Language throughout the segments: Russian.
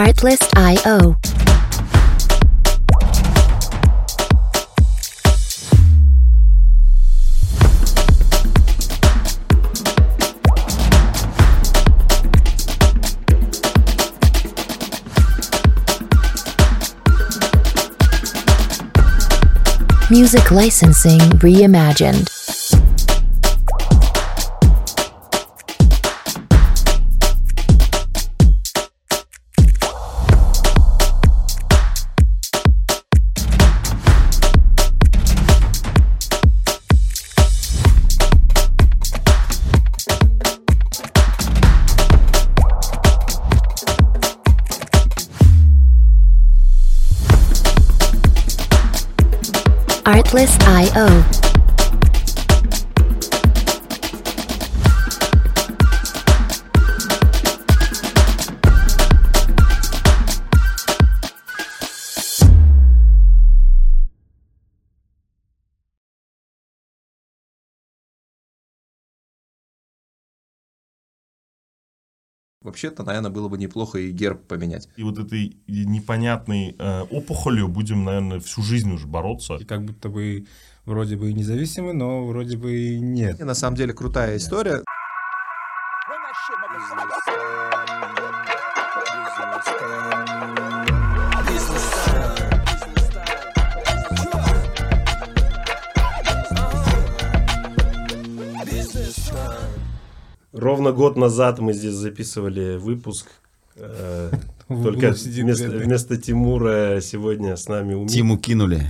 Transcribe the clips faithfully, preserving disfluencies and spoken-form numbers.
Artlist точка ай о. Music licensing reimagined. Artlist точка ай о. Вообще-то, наверное, было бы неплохо и герб поменять. И вот этой непонятной э, опухолью будем, наверное, всю жизнь уже бороться. И как будто бы вроде бы независимы, но вроде бы и нет. И на самом деле крутая история. Ровно год назад мы здесь записывали выпуск. Э, только вместо, вместо Тимура сегодня с нами Умит. Тиму кинули.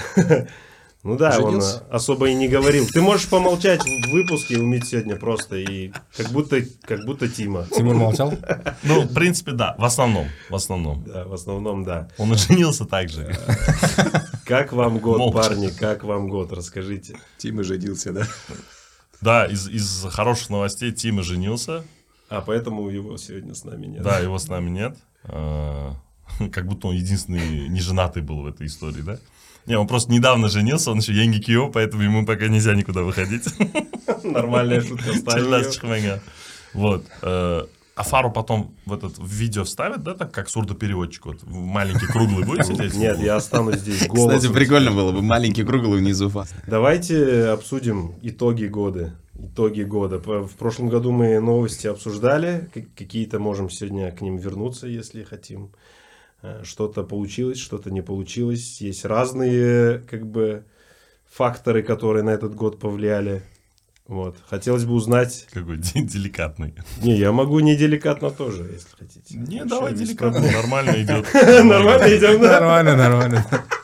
Ну да, Женился? он особо и не говорил. Ты можешь помолчать в выпуске, Умит сегодня просто, и как будто, как будто Тима. Тимур молчал? Ну, в принципе, да, в основном, в основном. Да, в основном, да. Он и женился так же. Как вам год, Молча. парни, как вам год, расскажите. Тима женился, да? Да, из, из хороших новостей Тима женился. А поэтому его сегодня с нами нет. Да, его с нами нет. А, как будто он единственный неженатый был в этой истории, да? Не, он просто недавно женился, он еще Янги Кио, поэтому ему пока нельзя никуда выходить. Нормальная шутка стала. Вот. А Фару потом в этот в видео вставят, да, так как сурдопереводчик, вот маленький круглый будет сидеть? Нет, я останусь здесь голосом. Кстати, прикольно было бы, маленький круглый внизу. Давайте обсудим итоги года. Итоги года. В прошлом году мы новости обсуждали, какие-то можем сегодня к ним вернуться, если хотим. Что-то получилось, что-то не получилось. Есть разные, как бы, факторы, которые на этот год повлияли. Вот. Хотелось бы узнать... Какой деликатный. Не, я могу не деликатно тоже, если хотите. Не, Вообще давай без деликатно, проблем. нормально идет. Нормально идем, да? Нормально, нормально.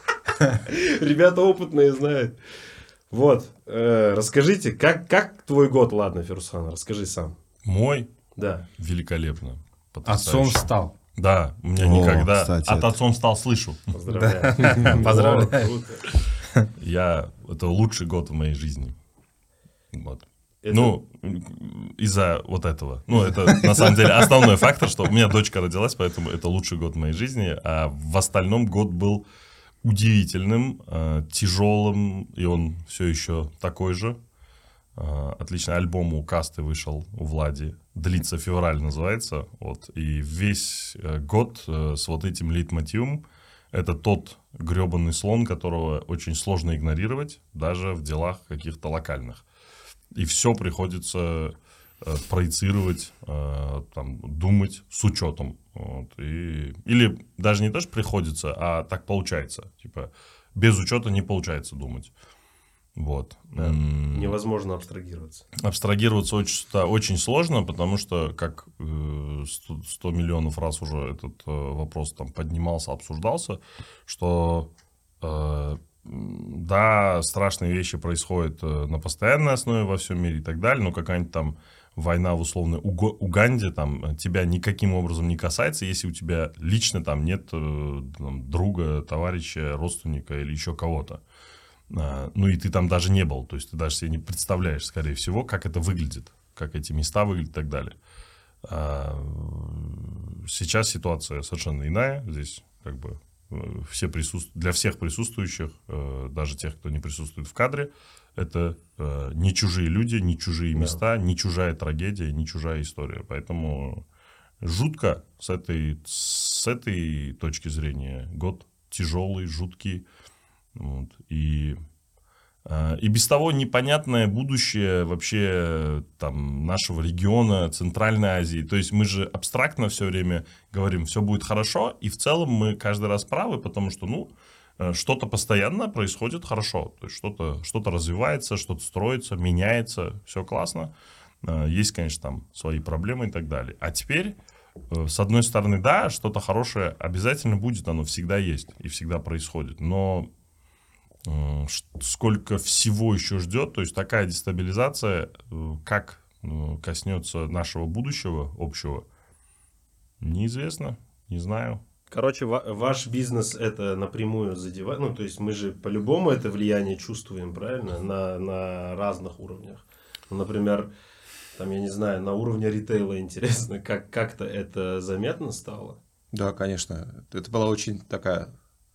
Ребята опытные знают. Вот. э, Расскажите, как, как твой год? Ладно, Феррусан, расскажи сам. Мой Да. великолепно. Отцом Потрясающе. стал. Да, у меня О, никогда кстати, от это- отцом стал слышу. Поздравляю. Поздравляю. О, круто. Я это лучший год в моей жизни. Вот. Это- Ну, из-за вот этого. Ну, это на самом деле основной фактор, что у меня дочка родилась, поэтому это лучший год в моей жизни. А в остальном год был удивительным, э, тяжелым, и он все еще такой же. Э, отличный альбом у Касты вышел, у Влади. «Длится февраль» называется. Вот. И весь э, год э, с вот этим лейтмотивом. Это тот гребаный слон, которого очень сложно игнорировать, даже в делах каких-то локальных. И все приходится э, проецировать, э, там, думать с учетом. Вот. И, или даже не то, что приходится, а так получается. Типа, без учета не получается думать. Вот. Да. М, Невозможно абстрагироваться. Абстрагироваться очень, да, очень сложно, потому что, как э, сто, сто миллионов раз уже этот э, вопрос там поднимался, обсуждался, что э, да, страшные вещи происходят э, на постоянной основе во всем мире и так далее, но какая-нибудь там война в условной Уго- Уганде там, тебя никаким образом не касается, если у тебя лично там нет э, там, друга, товарища, родственника или еще кого-то. А, ну и ты там даже не был, то есть ты даже себе не представляешь, скорее всего, как это выглядит, как эти места выглядят и так далее. А, сейчас ситуация совершенно иная, здесь как бы все присутств... для всех присутствующих, даже тех, кто не присутствует в кадре, это не чужие люди, не чужие места, не чужая трагедия, не чужая история, поэтому жутко с этой, с этой точки зрения. Год тяжелый, жуткий. Вот. И, и без того непонятное будущее вообще там, нашего региона, Центральной Азии. То есть мы же абстрактно все время говорим, все будет хорошо, и в целом мы каждый раз правы, потому что, ну, что-то постоянно происходит хорошо. То есть что-то, что-то развивается, что-то строится, меняется, все классно. Есть, конечно, там свои проблемы и так далее. А теперь, с одной стороны, да, что-то хорошее обязательно будет, оно всегда есть и всегда происходит. Но сколько всего еще ждет, то есть такая дестабилизация, как коснется нашего будущего общего, неизвестно, не знаю. Короче, ваш бизнес это напрямую задевает, ну, то есть мы же по-любому это влияние чувствуем, правильно, на, на разных уровнях. Ну, например, там, я не знаю, на уровне ритейла интересно, как, как-то это заметно стало? Да, конечно. Это была очень такая...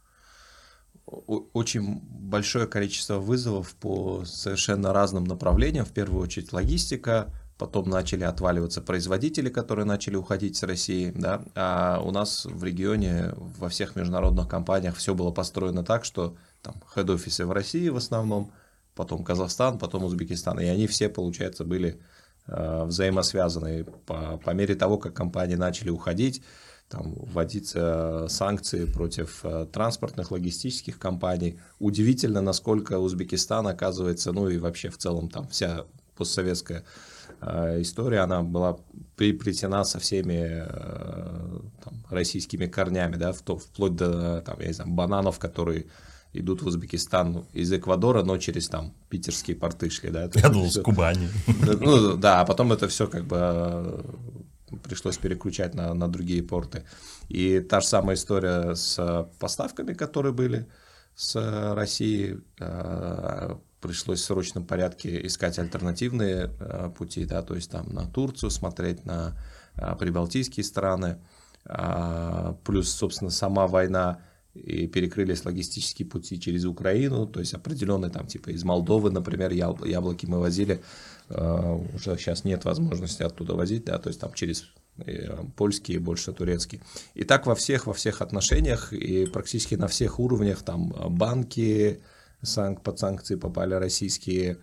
Очень большое количество вызовов по совершенно разным направлениям. В первую очередь логистика, потом начали отваливаться производители, которые начали уходить с России. Да? А у нас в регионе во всех международных компаниях все было построено так, что там хед-офисы в России в основном, потом Казахстан, потом Узбекистан. И они все, получается, были э, взаимосвязаны. По, по мере того, как компании начали уходить, там, вводиться санкции против э, транспортных, логистических компаний. Удивительно, насколько Узбекистан, оказывается, ну и вообще в целом там вся постсоветская э, история, она была приплетена со всеми э, там, российскими корнями, да, в то, вплоть до там, я не знаю, бананов, которые идут в Узбекистан из Эквадора, но через там питерские порты шли. Да, я думал, с Кубани. Ну да, а потом это все как бы... пришлось переключать на, на другие порты. И та же самая история с поставками, которые были с России. Пришлось в срочном порядке искать альтернативные пути, да, то есть там на Турцию смотреть, на прибалтийские страны. Плюс, собственно, сама война, и перекрылись логистические пути через Украину, то есть определенные там типа из Молдовы, например, яблоки мы возили, уже сейчас нет возможности оттуда возить, да, то есть там через польские, больше турецкие. И так во всех, во всех отношениях и практически на всех уровнях там банки под санкции попали российские,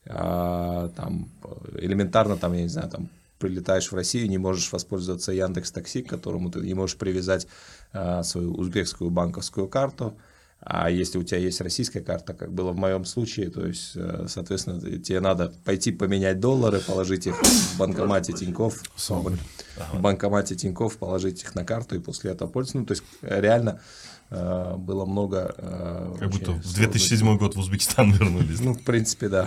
там элементарно там, я не знаю, там прилетаешь в Россию, не можешь воспользоваться Яндекс.Такси, к которому ты не можешь привязать а, свою узбекскую банковскую карту. А если у тебя есть российская карта, как было в моем случае, то есть, соответственно, тебе надо пойти поменять доллары, положить их в банкомате Тинькофф, в банкомате Тинькофф положить их на карту и после этого пользоваться. Ну, то есть реально а, было много... А, как будто в две тысячи седьмой год в Узбекистан вернулись. Ну, в принципе, да.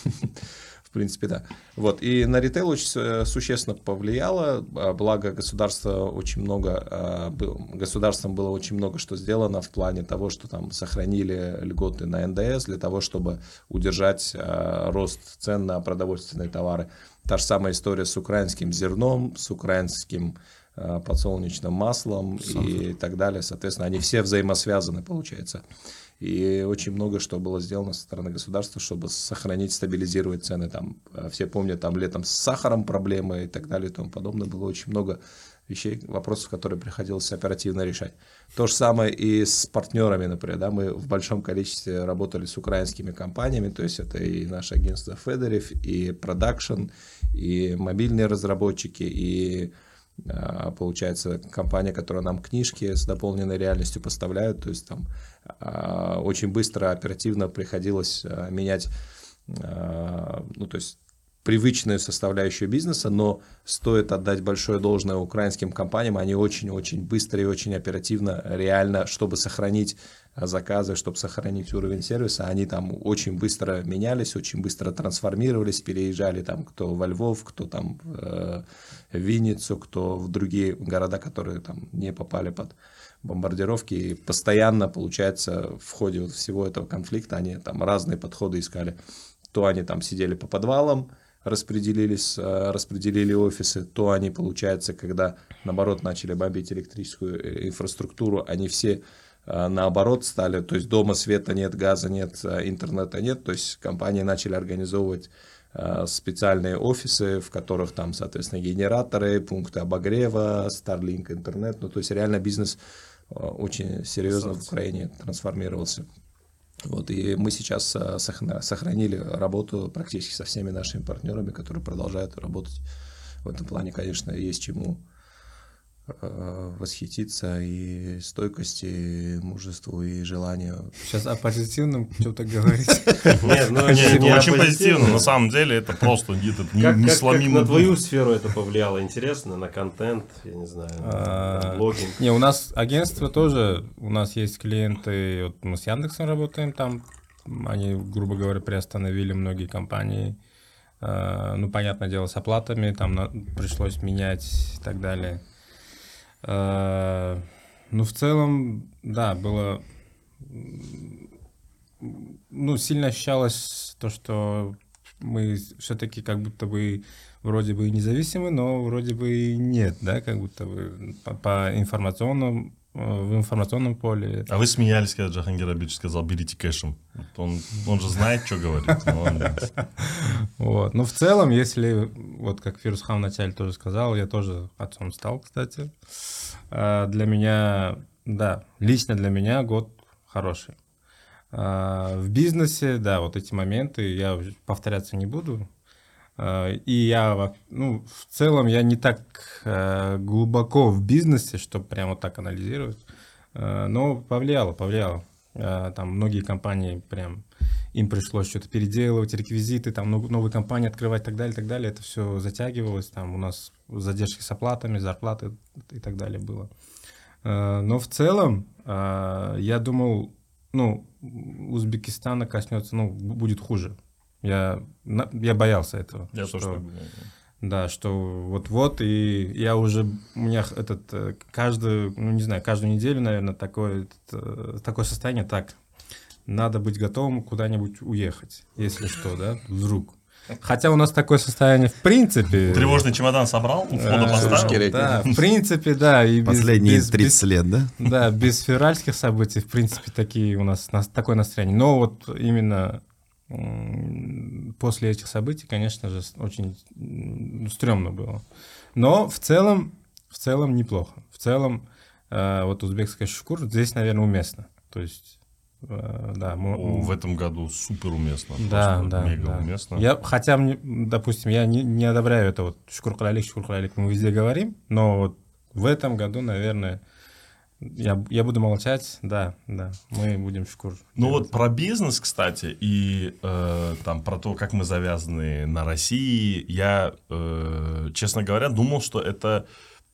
В принципе, да. Вот. И на ритейл очень существенно повлияло, благо государство очень много, государством было очень много что сделано в плане того, что там сохранили льготы на эн дэ эс для того, чтобы удержать рост цен на продовольственные товары. Та же самая история с украинским зерном, с украинским подсолнечным маслом и так далее. Соответственно, они все взаимосвязаны, получается. И очень много что было сделано со стороны государства, чтобы сохранить, стабилизировать цены. Там, все помнят, там летом с сахаром проблемы и так далее и тому подобное. Было очень много вещей, вопросов, которые приходилось оперативно решать. То же самое и с партнерами, например. Да, мы в большом количестве работали с украинскими компаниями, то есть это и наше агентство Федерев, и продакшн, и мобильные разработчики, и получается компания, которая нам книжки с дополненной реальностью поставляют, то есть там очень быстро, оперативно приходилось менять, ну то есть привычную составляющую бизнеса, но стоит отдать большое должное украинским компаниям, они очень-очень быстро и очень оперативно, реально, чтобы сохранить заказы, чтобы сохранить уровень сервиса, они там очень быстро менялись, очень быстро трансформировались, переезжали там кто во Львов, кто там в Винницу, кто в другие города, которые там не попали под бомбардировки, и постоянно, получается, в ходе всего этого конфликта они там разные подходы искали. То они там сидели по подвалам, распределились, распределили офисы, то они, получается, когда, наоборот, начали бомбить электрическую инфраструктуру, они все наоборот стали, то есть дома света нет, газа нет, интернета нет, то есть компании начали организовывать специальные офисы, в которых там, соответственно, генераторы, пункты обогрева, Starlink, интернет. Ну, то есть реально бизнес очень серьезно в Украине трансформировался. Вот, и мы сейчас сохранили работу практически со всеми нашими партнерами, которые продолжают работать. В этом плане, конечно, есть чему восхититься и стойкости, и мужеству, и желанию. Сейчас о позитивном что-то говорить. Нет, ну Не, не это о очень позитивно. позитивном. На самом деле это просто где-то Как, как, как несломимый на твою дух. сферу это повлияло? Интересно, на контент, я не знаю, на А, блогинг? Не, у нас агентство тоже, у нас есть клиенты, вот мы с Яндексом работаем там, они, грубо говоря, приостановили многие компании. А, Ну, понятное дело, с оплатами, там на- пришлось менять и так далее. А, Ну, в целом, да, было... Ну, сильно ощущалось то, что мы все-таки как будто бы вроде бы и независимы, но вроде бы и нет, да, как будто бы по, по информационному, в информационном поле. А вы смеялись, когда Джахангир Абидович сказал, берите кэшем. Вот Он, он же знает, что говорит. Молодец. Вот. Но в целом, если, вот как Фирусхан вначале тоже сказал, я тоже отцом стал, кстати. А, Для меня, да, лично для меня год хороший. А, В бизнесе, да, вот эти моменты, я уже повторяться не буду. А, И я, во- ну, в целом, я не так э, глубоко в бизнесе, чтобы прямо вот так анализировать. А, Но повлияло, повлияло. А, Там многие компании прям, им пришлось что-то переделывать, реквизиты, там нов- новые компании открывать и так далее, и так далее. Это все затягивалось, там у нас задержки с оплатами, зарплаты и так далее было. А, Но в целом, а, я думал, ну, Узбекистана коснется, ну, б- будет хуже. Я, на- я боялся этого. Я что- тоже так думал. Да, что вот-вот, и я уже, у меня х- этот, э, каждую, ну, не знаю, каждую неделю, наверное, такое, этот, э, такое состояние, так, надо быть готовым куда-нибудь уехать, если что, да, вдруг. Хотя у нас такое состояние в принципе. Тревожный чемодан собрал, у входа э, поставил. Да, в принципе, да. И без- Последние без- без- тридцать лет, да? Да, без февральских событий, в принципе, такие у нас нас- такое настроение. Но вот именно м, после этих событий, конечно же, с- очень м, стрёмно было. Но в целом, в целом неплохо. В целом, э, вот узбекская шукур здесь, наверное, уместно. То есть, э, да, мо- О, в этом году супер уместно. да, просто да, мега да. уместно. Я, хотя, мне, допустим, я не, не одобряю это вот шукур-халялик, шукур-халялик, мы везде говорим, но вот в этом году, наверное, я, я буду молчать, да, да, мы будем шукур. Ну делать. вот про бизнес, кстати, и э, там про то, как мы завязаны на России, я, э, честно говоря, думал, что это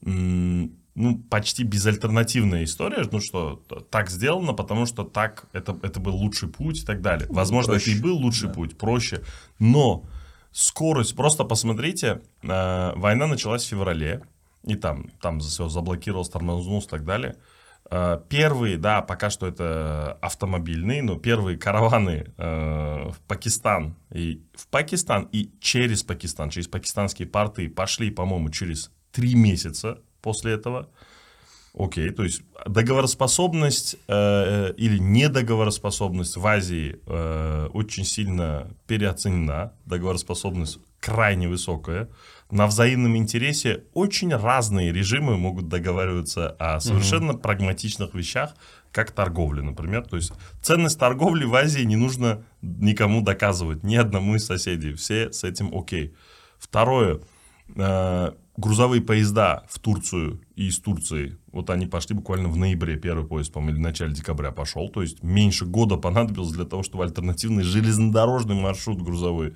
м, ну, почти безальтернативная история, ну что т- так сделано, потому что так это, это был лучший путь и так далее. Возможно, проще. это и был лучший путь, проще, но скорость, просто посмотрите, э, война началась в феврале, и там, там все заблокировалось, тормознулось и так далее. Э, Первые, да, пока что это автомобильные, но первые караваны э, в Пакистан и в Пакистан и через Пакистан, через пакистанские порты пошли, по-моему, через три месяца после этого. Окей, то есть договороспособность э, или недоговороспособность в Азии э, очень сильно переоценена, договороспособность крайне высокая. На взаимном интересе очень разные режимы могут договариваться о совершенно прагматичных вещах, как торговля, например. То есть ценность торговли в Азии не нужно никому доказывать, ни одному из соседей. Все с этим окей. Второе. Э, грузовые поезда в Турцию и из Турции, вот они пошли буквально в ноябре, первый поезд, по-моему, или в начале декабря пошел, то есть меньше года понадобилось для того, чтобы альтернативный железнодорожный маршрут грузовой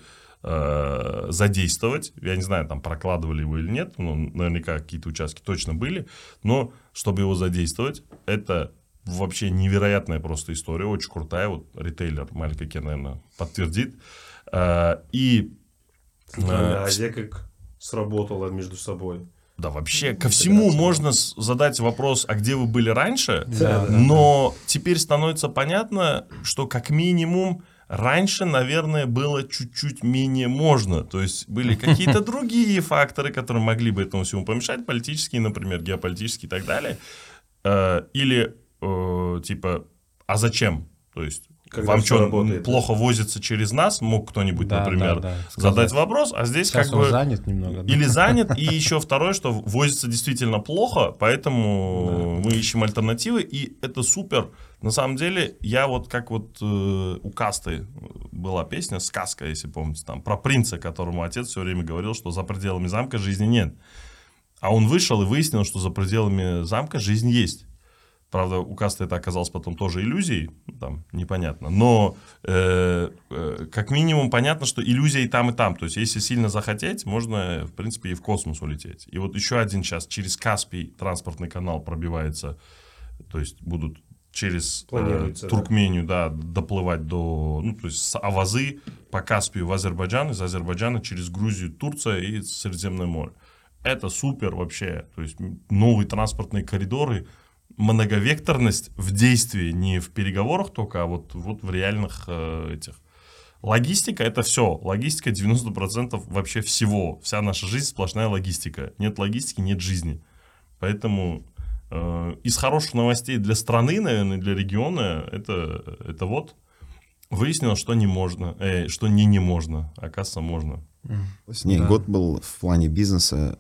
э, задействовать. Я не знаю, там прокладывали его или нет, но наверняка какие-то участки точно были, но чтобы его задействовать, это вообще невероятная просто история, очень крутая, вот ритейлер Малик Аке, наверное, подтвердит. Э, и Центральная э, Азия как сработала между собой. Да, вообще ко всему можно с- задать вопрос, а где вы были раньше, Да, да, но теперь становится понятно, что как минимум раньше, наверное, было чуть-чуть менее можно, то есть были какие-то другие факторы, которые могли бы этому всему помешать, политические, например, геополитические и так далее, Э, или э, типа, а зачем? То есть Когда вам всё что, работает, плохо возится через нас, мог кто-нибудь, Да, например, да, да, задать сказать. вопрос, а здесь Сейчас как он бы... занят немного. да. Или занят, и еще второе, что возится действительно плохо, поэтому мы ищем альтернативы, и это супер. На самом деле, я вот как вот э, у Касты была песня «Сказка», если помните, там, про принца, которому отец все время говорил, что за пределами замка жизни нет. А он вышел и выяснил, что за пределами замка жизнь есть. Правда, у Касты это оказалось потом тоже иллюзией, там непонятно. Но э, э, как минимум понятно, что иллюзия и там, и там. То есть, если сильно захотеть, можно, в принципе, и в космос улететь. И вот еще один сейчас через Каспий транспортный канал пробивается. То есть, будут через э, Туркмению да. Да, доплывать до... Ну, то есть, с Авазы по Каспию в Азербайджан, из Азербайджана через Грузию, Турция и Средиземное море. Это супер вообще. То есть, новые транспортные коридоры... Многовекторность в действии, не в переговорах только, а вот, вот в реальных э, этих. Логистика — это все. Логистика девяносто процентов вообще всего. Вся наша жизнь сплошная логистика. Нет логистики, нет жизни. Поэтому э, из хороших новостей для страны, наверное, для региона, это, это вот выяснилось, что не можно, э, что не не можно, а оказывается можно. Не, Да. год был в плане бизнеса.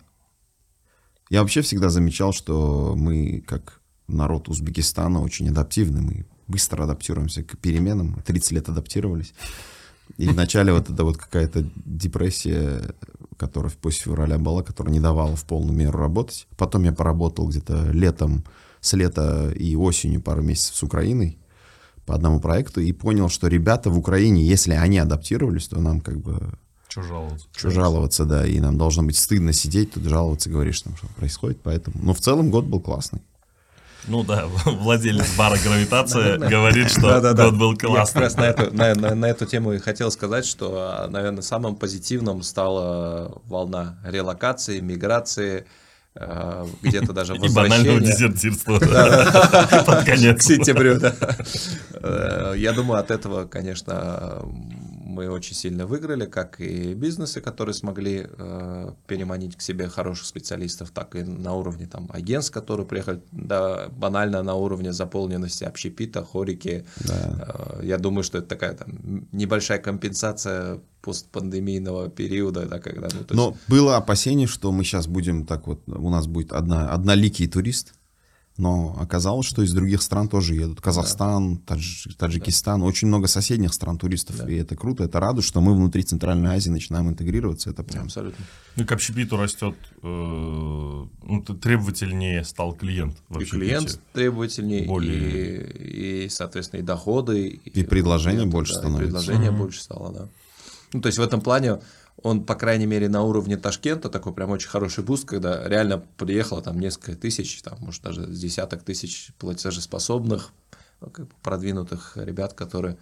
Я вообще всегда замечал, что мы, как народ Узбекистана, очень адаптивны. Мы быстро адаптируемся к переменам. тридцать лет адаптировались. И вначале вот это вот какая-то депрессия, которая после февраля была, которая не давала в полную меру работать. Потом я поработал где-то летом, с лета и осенью пару месяцев с Украиной по одному проекту и понял, что ребята в Украине, если они адаптировались, то нам как бы... Что жаловаться? Что жаловаться, да, и нам должно быть стыдно сидеть тут, жаловаться, говоришь, там, что происходит, поэтому... Но в целом год был классный. Ну да, владелец бара «Гравитация» говорит, что Да-да-да. год был Я классный. как раз на эту, на, на- на эту тему и хотел сказать, что, наверное, самым позитивным стала волна релокации, миграции, э, где-то даже И банального возвращения дезертирства под к конец. сентябрю. Да. Э, Я думаю, от этого, конечно, мы очень сильно выиграли, как и бизнесы, которые смогли э, переманить к себе хороших специалистов, так и на уровне там, агентств, которые приехали, да, банально на уровне заполненности общепита, хорики. Да. Э, я думаю, что это такая там, небольшая компенсация постпандемийного периода. Да, когда, ну, то Но есть... было опасение, что мы сейчас будем так вот, у нас будет одна, одноликий турист, но оказалось, что из других стран тоже едут. Казахстан, Тадж, Таджикистан, очень много соседних стран туристов, Да. и это круто, это радует, что мы внутри Центральной Азии начинаем интегрироваться, это прям... Абсолютно. Ну, и к общепиту растет, э, ну, т- требовательнее стал клиент в И общепите. клиент требовательнее, Более- и, и, соответственно, и доходы. И предложений клиента, больше да, и становится. предложения Мгм. больше стало, да. Ну, то есть в этом плане он, по крайней мере, на уровне Ташкента такой прям очень хороший буст, когда реально приехало там несколько тысяч, там, может, даже с десяток тысяч платежеспособных, ну, как бы продвинутых ребят, которые...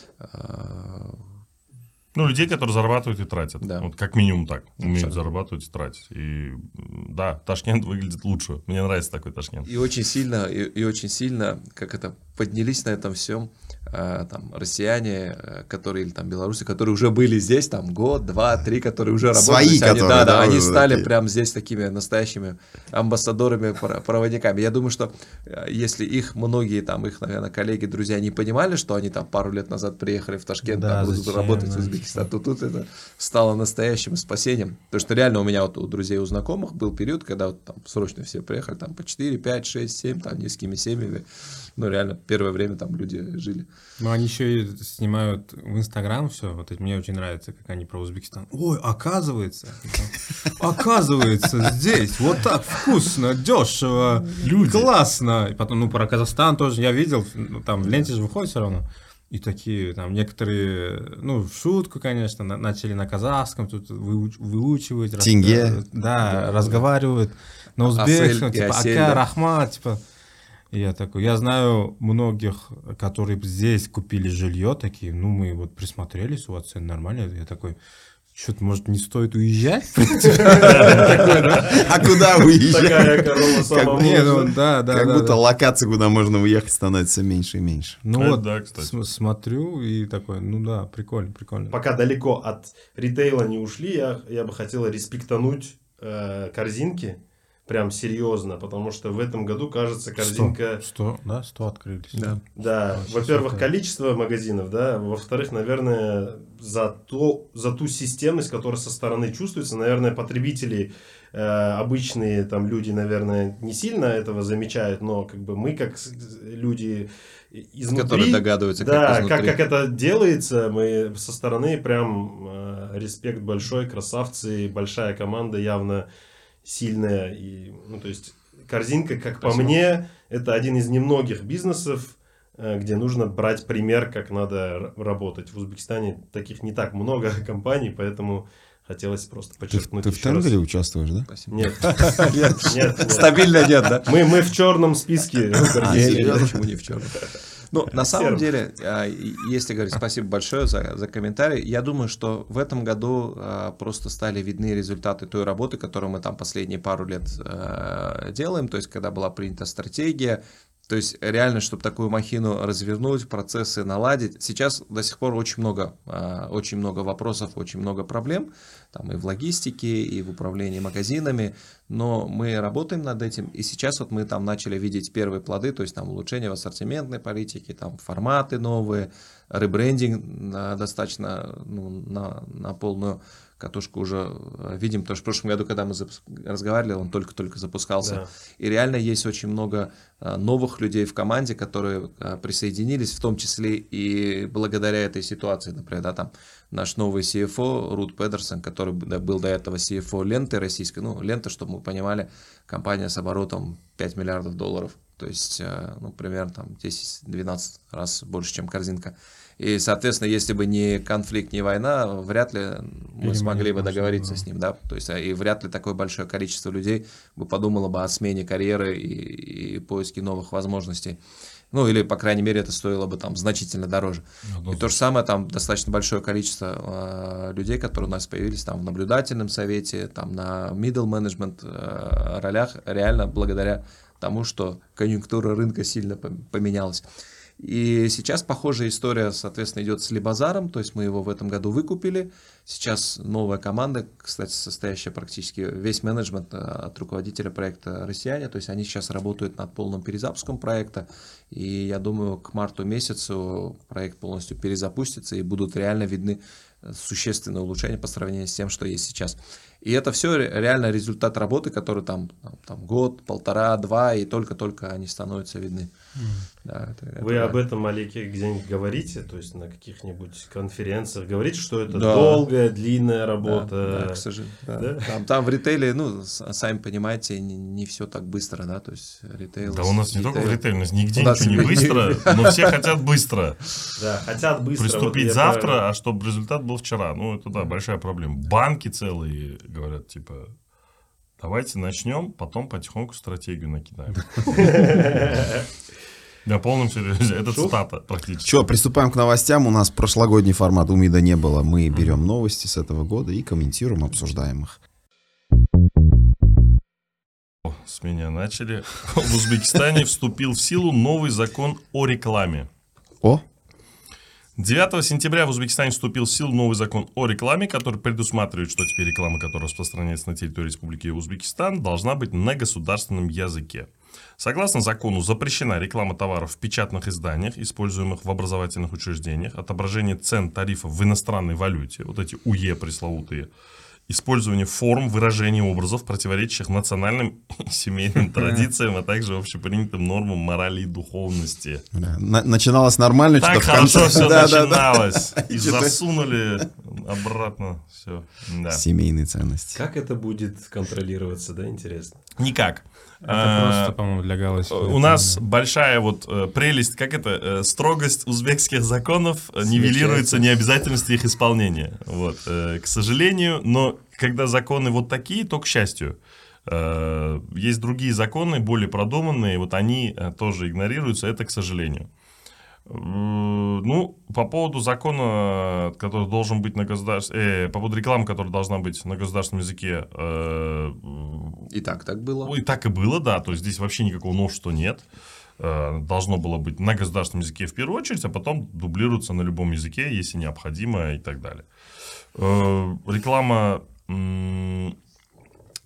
э, Ну, людей, которые зарабатывают и тратят. Да. Вот как минимум так. Умеют Абсолютно. зарабатывать и тратить. И м, да, Ташкент выглядит лучше. Мне нравится такой Ташкент. И очень сильно, и, и очень сильно, как это, поднялись на этом всем э, там россияне, э, которые, или там белорусы, которые уже были здесь, там год, два, три, которые уже работали. Свои, здесь, они, которые, да, да, да, они уже стали такие. прям здесь такими настоящими амбассадорами, про- проводниками. Я думаю, что э, если их многие, там, их, наверное, коллеги, друзья не понимали, что они там пару лет назад приехали в Ташкент, Да, там, будут зачем, работать в да, Узбекистан, то тут это стало настоящим спасением. Потому что реально у меня вот у друзей, у знакомых был период, когда вот там срочно все приехали, там по четыре, пять, шесть, семь, там низкими семьями. Ну, реально, первое время там люди жили. Ну, они еще и снимают в Инстаграм все. Вот это мне очень нравится, как они про Узбекистан. Ой, оказывается, оказывается, здесь вот так вкусно, дешево, классно. И потом, ну, про Казахстан тоже я видел, ну, там в ленте же выходит все равно. И такие, там, некоторые, ну, в шутку, конечно, на- начали на казахском тут выуч- выучивать. рас- Тенге. Да, разговаривают на узбекском, Асель и типа, Асель, ака, да. рахмат, типа. И я такой, я знаю многих, которые здесь купили жилье, такие, ну, мы вот присмотрелись, у вас цены нормальные. Я такой, что-то, может, не стоит уезжать? А куда уезжать? Такая корова самого Не, ну, лучшего. да, да, Как да, будто да. локаций, куда можно уехать, становится меньше и меньше. Ну Это вот, да, кстати. см- смотрю и такой, ну да, прикольно, прикольно. Пока далеко от ритейла не ушли, я, я бы хотел респектануть э, корзинки, прям серьезно, потому что в этом году, кажется, корзинка... сто, да, сто открылись. Да. Да, во-первых, количество магазинов, да, во-вторых, наверное, за, то, за ту системность, которая со стороны чувствуется, наверное, потребители, э, обычные там люди, наверное, не сильно этого замечают, но как бы мы, как люди изнутри... Которые догадываются, да, как изнутри. как, как это делается, мы со стороны прям э, респект большой, красавцы, большая команда явно сильная. И, ну, то есть корзинка, как Спасибо. По мне, это один из немногих бизнесов, где нужно брать пример, как надо работать. В Узбекистане таких не так много компаний, поэтому хотелось просто подчеркнуть. Ты, ты в Тенгале участвуешь, да? Спасибо. Нет. нет, нет. Стабильно нет, да? Мы, мы в черном списке. Почему не в черном? Ну, на самом деле, если говорить, спасибо большое за, за комментарий, я думаю, что в этом году а, просто стали видны результаты той работы, которую мы там последние пару лет а, делаем, то есть когда была принята стратегия, то есть реально, чтобы такую махину развернуть, процессы наладить. Сейчас до сих пор очень много, очень много вопросов, очень много проблем, там и в логистике, и в управлении магазинами, но мы работаем над этим, и сейчас вот мы там начали видеть первые плоды, то есть там улучшение в ассортиментной политике, там форматы новые, ребрендинг достаточно ну, на, на полную катушку уже видим, потому что в прошлом году, когда мы запуск... разговаривали, он только-только запускался. Да. И реально есть очень много новых людей в команде, которые присоединились, в том числе и благодаря этой ситуации. Например, да, там наш новый си эф о Рут Педерсон, который был до этого си эф о ленты российской, ну, лента, чтобы мы понимали, компания с оборотом пять миллиардов долларов, то есть, ну, примерно там десять-двенадцать раз больше, чем корзинка. И, соответственно, если бы не конфликт, не война, вряд ли мы Или смогли бы договориться с ним, да, то есть, и вряд ли такое большое количество людей бы подумало бы о смене карьеры и, и поиске новых возможностей. Ну, или, по крайней мере, это стоило бы там значительно дороже. Ну, и то же самое, там достаточно большое количество э, людей, которые у нас появились там в наблюдательном совете, там на middle management э, ролях, реально благодаря тому, что конъюнктура рынка сильно поменялась. И сейчас похожая история, соответственно, идет с Либазаром, то есть мы его в этом году выкупили. Сейчас новая команда, кстати, состоящая практически весь менеджмент от руководителя проекта россияне, то есть они сейчас работают над полным перезапуском проекта. И я думаю, к марту месяцу проект полностью перезапустится и будут реально видны существенные улучшения по сравнению с тем, что есть сейчас. И это все реально результат работы, который там, там год, полтора, два, и только-только они становятся видны. Mm. Да, это, Вы это, об да. этом, Олег, где-нибудь говорите, то есть на каких-нибудь конференциях, говорите, что это да. долгая, длинная работа. Да, да, к сожалению. Да. Да? Там, там в ритейле, ну, сами понимаете, не, не все так быстро, да, то есть ритейл. Да у нас не только в ритейле, у нас нигде да, ничего не быстро, но все хотят быстро. Да, хотят быстро. Приступить вот завтра, правильно. а чтобы результат был вчера. Ну, это да, большая проблема. Банки целые говорят, типа, давайте начнем, потом потихоньку стратегию накидаем. На полном серьезе. Это цитата практически. Че, приступаем к новостям. У нас прошлогодний формат УМИДа не было. Мы берем новости с этого года и комментируем, обсуждаем их. С меня начали. В Узбекистане вступил в силу новый закон о рекламе. О? девятого сентября в Узбекистане вступил в силу новый закон о рекламе, который предусматривает, что теперь реклама, которая распространяется на территории Республики Узбекистан, должна быть на государственном языке. Согласно закону, запрещена реклама товаров в печатных изданиях, используемых в образовательных учреждениях, отображение цен, тарифов в иностранной валюте, вот эти УЕ пресловутые, использование форм, выражений образов, противоречащих национальным и семейным традициям, а также общепринятым нормам морали и духовности. На- начиналось нормально, Так что-то хорошо в конце... все Да, да, да. начиналось. И засунули обратно все. Да. Семейные ценности. Как это будет контролироваться, да, интересно? Никак. Это А, просто, по-моему, для галочки. У нас большая вот э, прелесть, как это, э, строгость узбекских законов э, нивелируется необязательностью их исполнения. Вот, э, к сожалению, но когда законы вот такие, то к счастью. Э, есть другие законы, более продуманные, вот они э, тоже игнорируются, это к сожалению. Э, ну, по поводу закона, который должен быть на государственном, э, по поводу рекламы, которая должна быть на государственном языке, э, И так так было. и так и было, да, то есть здесь вообще никакого новшества нет. Должно было быть на государственном языке в первую очередь, а потом дублируется на любом языке, если необходимо и так далее. Реклама,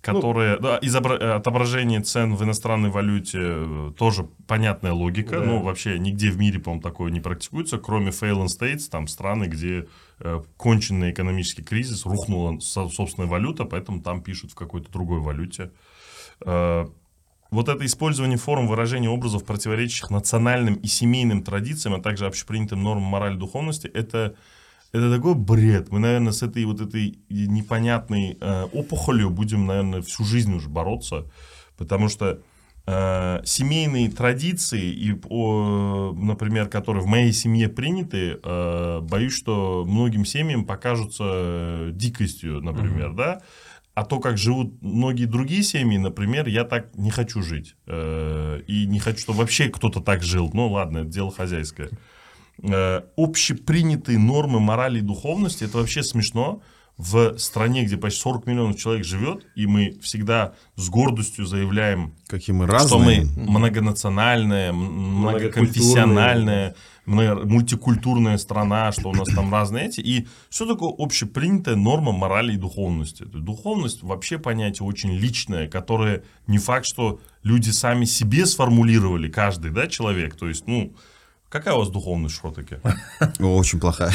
которые... Да, изобра- отображение цен в иностранной валюте э, тоже понятная логика. Да. Ну, вообще нигде в мире, по-моему, такое не практикуется, кроме failed states, там страны, где э, конченный экономический кризис, рухнула со- собственная валюта, поэтому там пишут в какой-то другой валюте. Э, вот это использование форм выражения образов, противоречащих национальным и семейным традициям, а также общепринятым нормам морали и духовности, это... Это такой бред. Мы, наверное, с этой вот этой непонятной э, опухолью будем, наверное, всю жизнь уже бороться, потому что э, семейные традиции, и, о, например, которые в моей семье приняты, э, боюсь, что многим семьям покажутся дикостью, например, mm-hmm. да. А то, как живут многие другие семьи, например, я так не хочу жить. Э, и не хочу, чтобы вообще кто-то так жил. Ну, ладно, это дело хозяйское. Общепринятые нормы морали и духовности, это вообще смешно. В стране, где почти сорок миллионов человек живет, и мы всегда с гордостью заявляем, какие мы что разные. мы многонациональная, многоконфессиональная, мультикультурная страна, что у нас там разные эти. И что такое общепринятая норма морали и духовности? Духовность вообще понятие очень личное, которое не факт, что люди сами себе сформулировали, каждый, да, человек. То есть, ну... Какая у вас духовность, Шротаки? Очень плохая.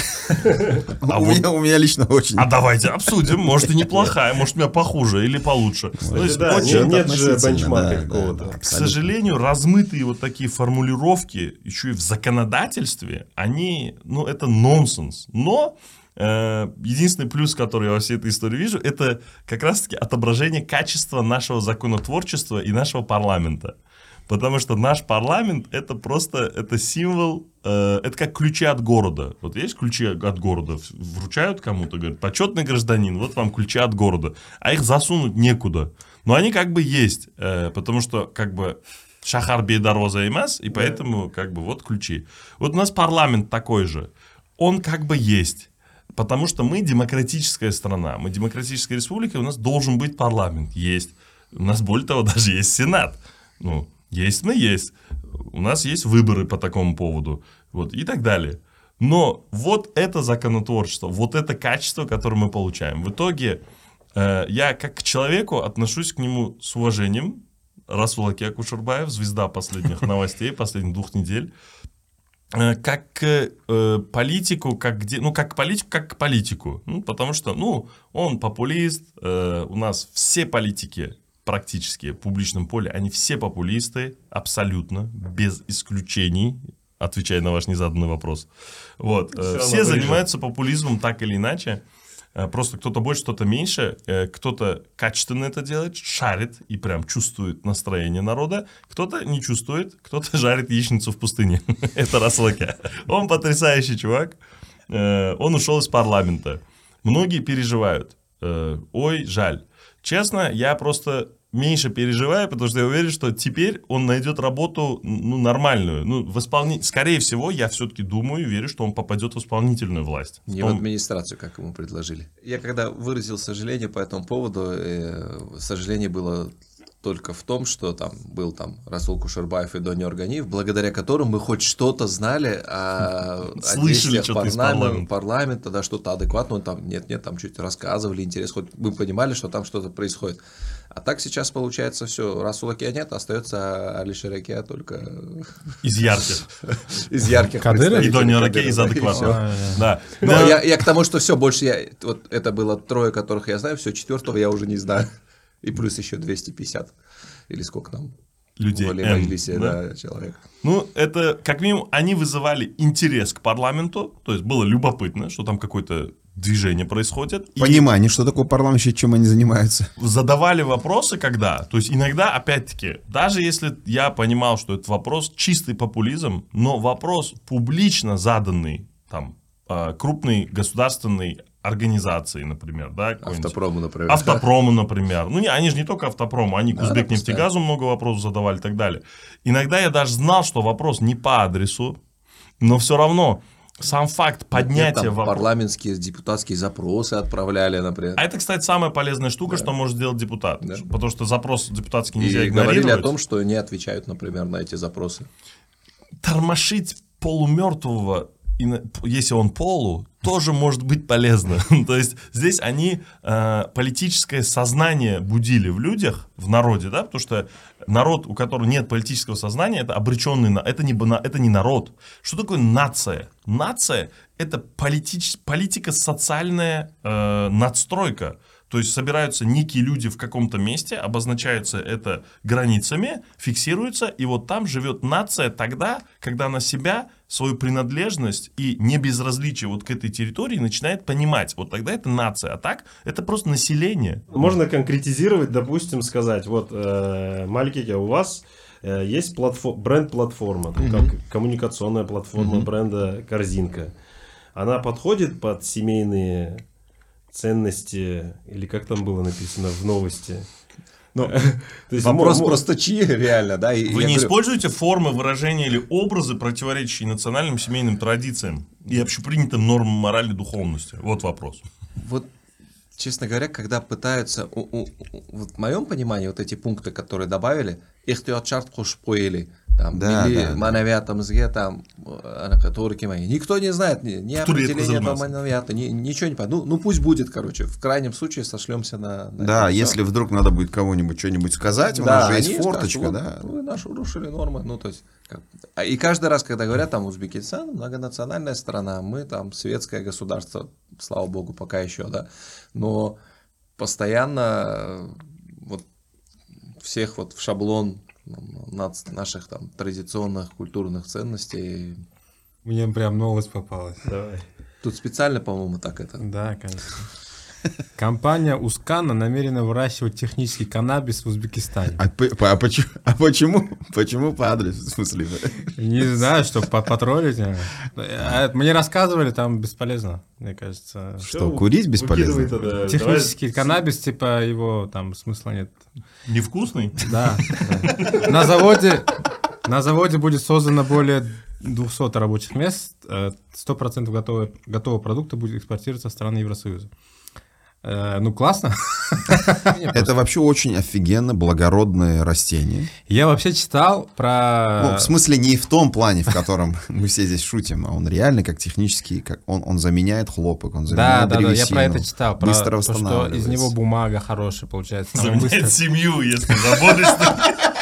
А у, вот... меня, у меня лично очень. А давайте обсудим. Может, и неплохая, может, у меня похуже или получше. То есть, да, очень нет же бенчмарка да, какого-то. Да, да, К сожалению, размытые вот такие формулировки, еще и в законодательстве, они, ну, это нонсенс. Но э, единственный плюс, который я во всей этой истории вижу, это как раз-таки отображение качества нашего законотворчества и нашего парламента. Потому что наш парламент это просто это символ, э, это как ключи от города. Вот есть ключи от города, вручают кому-то, говорят, почетный гражданин, вот вам ключи от города. А их засунуть некуда. Но они как бы есть, э, потому что как бы шахар бейдароза имас, и поэтому как бы вот ключи. Вот у нас парламент такой же, он как бы есть. Потому что мы демократическая страна, мы демократическая республика, у нас должен быть парламент, есть. У нас, более того, даже есть Сенат. Ну, есть, но есть. У нас есть выборы по такому поводу. Вот, и так далее. Но вот это законотворчество, вот это качество, которое мы получаем. В итоге э, я как к человеку отношусь к нему с уважением. Расул Оке Кушербаев, звезда последних новостей, последних двух недель. Э, как к э, политику, как где, ну, как к политику, как к политику. Ну, потому что, ну, он популист. Э, у нас все политики практически в публичном поле, они все популисты, абсолютно, без исключений, отвечая на ваш незаданный вопрос. Вот. Все, все занимаются популизмом так или иначе, просто кто-то больше, кто-то меньше, кто-то качественно это делает, шарит и прям чувствует настроение народа, кто-то не чувствует, кто-то жарит яичницу в пустыне. Это Расул Оке. Он потрясающий чувак, он ушел из парламента. Многие переживают, ой, жаль. Честно, я просто меньше переживаю, потому что я уверен, что теперь он найдет работу, ну, нормальную. Ну, в исполни... Скорее всего, я все-таки думаю и верю, что он попадет в исполнительную власть. Не он... в администрацию, как ему предложили. Я когда выразил сожаление по этому поводу, э, сожаление было только в том, что там был там Расул Кушербаев и Дони Органиев, благодаря которым мы хоть что-то знали о, о действиях парламента, парламента, да, что-то адекватное, там нет-нет, там чуть рассказывали, интерес, хоть мы понимали, что там что-то происходит. А так сейчас получается все, Расула Оке нет, остается Алишер Оке только из ярких. Из ярких. И Дони Оке из адекватных. Да. Но я, я к тому, что все, больше я, вот это было трое, которых я знаю, все, четвертого я уже не знаю. И плюс еще двести пятьдесят, или сколько там людей, в Маджлисе, да? Да, человек. Ну, это, как минимум, они вызывали интерес к парламенту, то есть было любопытно, что там какое-то движение происходит. Понимание, что такое парламент, чем они занимаются. Задавали вопросы, когда, то есть иногда, опять-таки, даже если я понимал, что этот вопрос чистый популизм, но вопрос публично заданный, там, крупный государственный организации, например, да, Автопрому, например. Автопрому, например. Ну, не, они же не только Автопрому, они к Узбекнефтегазу много вопросов задавали и так далее. Иногда я даже знал, что вопрос не по адресу, но все равно сам факт поднятия вопроса. Парламентские, депутатские запросы отправляли, например. А это, кстати, самая полезная штука, да. Что может сделать депутат. Да. Потому что запрос депутатский нельзя и игнорировать. И говорили о том, что не отвечают, например, на эти запросы. Тормошить полумертвого и на- если он полу, тоже может быть полезно. То есть здесь они э, политическое сознание будили в людях, в народе, да, потому что народ, у которого нет политического сознания, это обреченный, на, это, не, бана- это не народ. Что такое нация? Нация — это политич, политико-социальная э, надстройка. То есть собираются некие люди в каком-то месте, обозначаются это границами, фиксируется, и вот там живет нация тогда, когда она себя, свою принадлежность и небезразличие вот к этой территории начинает понимать. Вот тогда это нация, а так это просто население. Можно конкретизировать, допустим, сказать, вот, э, Малькики, у вас э, есть платфо- бренд-платформа, там, как коммуникационная платформа бренда «Корзинка». Она подходит под семейные ценности, или как там было написано в новости? Ну, То есть вопрос мо- мо- просто чьи, реально, да? И Вы я не говорю, используете формы выражения или образы, противоречащие национальным семейным традициям и общепринятым нормам морали и духовности? Вот вопрос. Вот, честно говоря, когда пытаются, у- у- у- вот в моем понимании, вот эти пункты, которые добавили, их чарт поели, там, Да, или да, да. манавиатамзге, там, анакаторики мои. Никто не знает ни, ни Кто редко определения этого занимается. манавиата, ни, ничего не понятно. Ну, ну, пусть будет, короче, в крайнем случае сошлемся на... на Да, это. если вдруг надо будет кого-нибудь что-нибудь сказать, у Да, нас же есть они скажут, форточка, вот, да. Вы наши нарушили нормы. Ну, то есть, как- а и каждый раз, когда говорят, там, Узбекистан, многонациональная страна, мы там светское государство, слава богу, пока еще, да, но постоянно э, вот всех вот в шаблон нац- наших там традиционных культурных ценностей. Мне прям новость попалась. Давай. Тут специально, по-моему, так это. Да, конечно. Компания Ускана намерена выращивать технический каннабис в Узбекистане. А, п- а почему, а почему, почему по адресу, в смысле? Не знаю, чтобы потроллить. наверное. А Мне рассказывали, там бесполезно, мне кажется. Что, курить бесполезно? Выкидывай тогда. Технический Давай. каннабис, типа, его там смысла нет. Невкусный? Да. да. На заводе, на заводе будет создано более двухсот рабочих мест, э, сто процентов готового, готового продукта будет экспортироваться в страны Евросоюза. Э, Ну, классно. Это вообще очень офигенно благородное растение. Я вообще читал про... Ну, в смысле, не в том плане, в котором мы все здесь шутим, а он реально как технический, как он, он заменяет хлопок, он Да, заменяет да, да, я древесину, про это читал, про быстро то, что из восстанавливается. него бумага хорошая получается. Там Заменяет быстро- семью, если заботишься.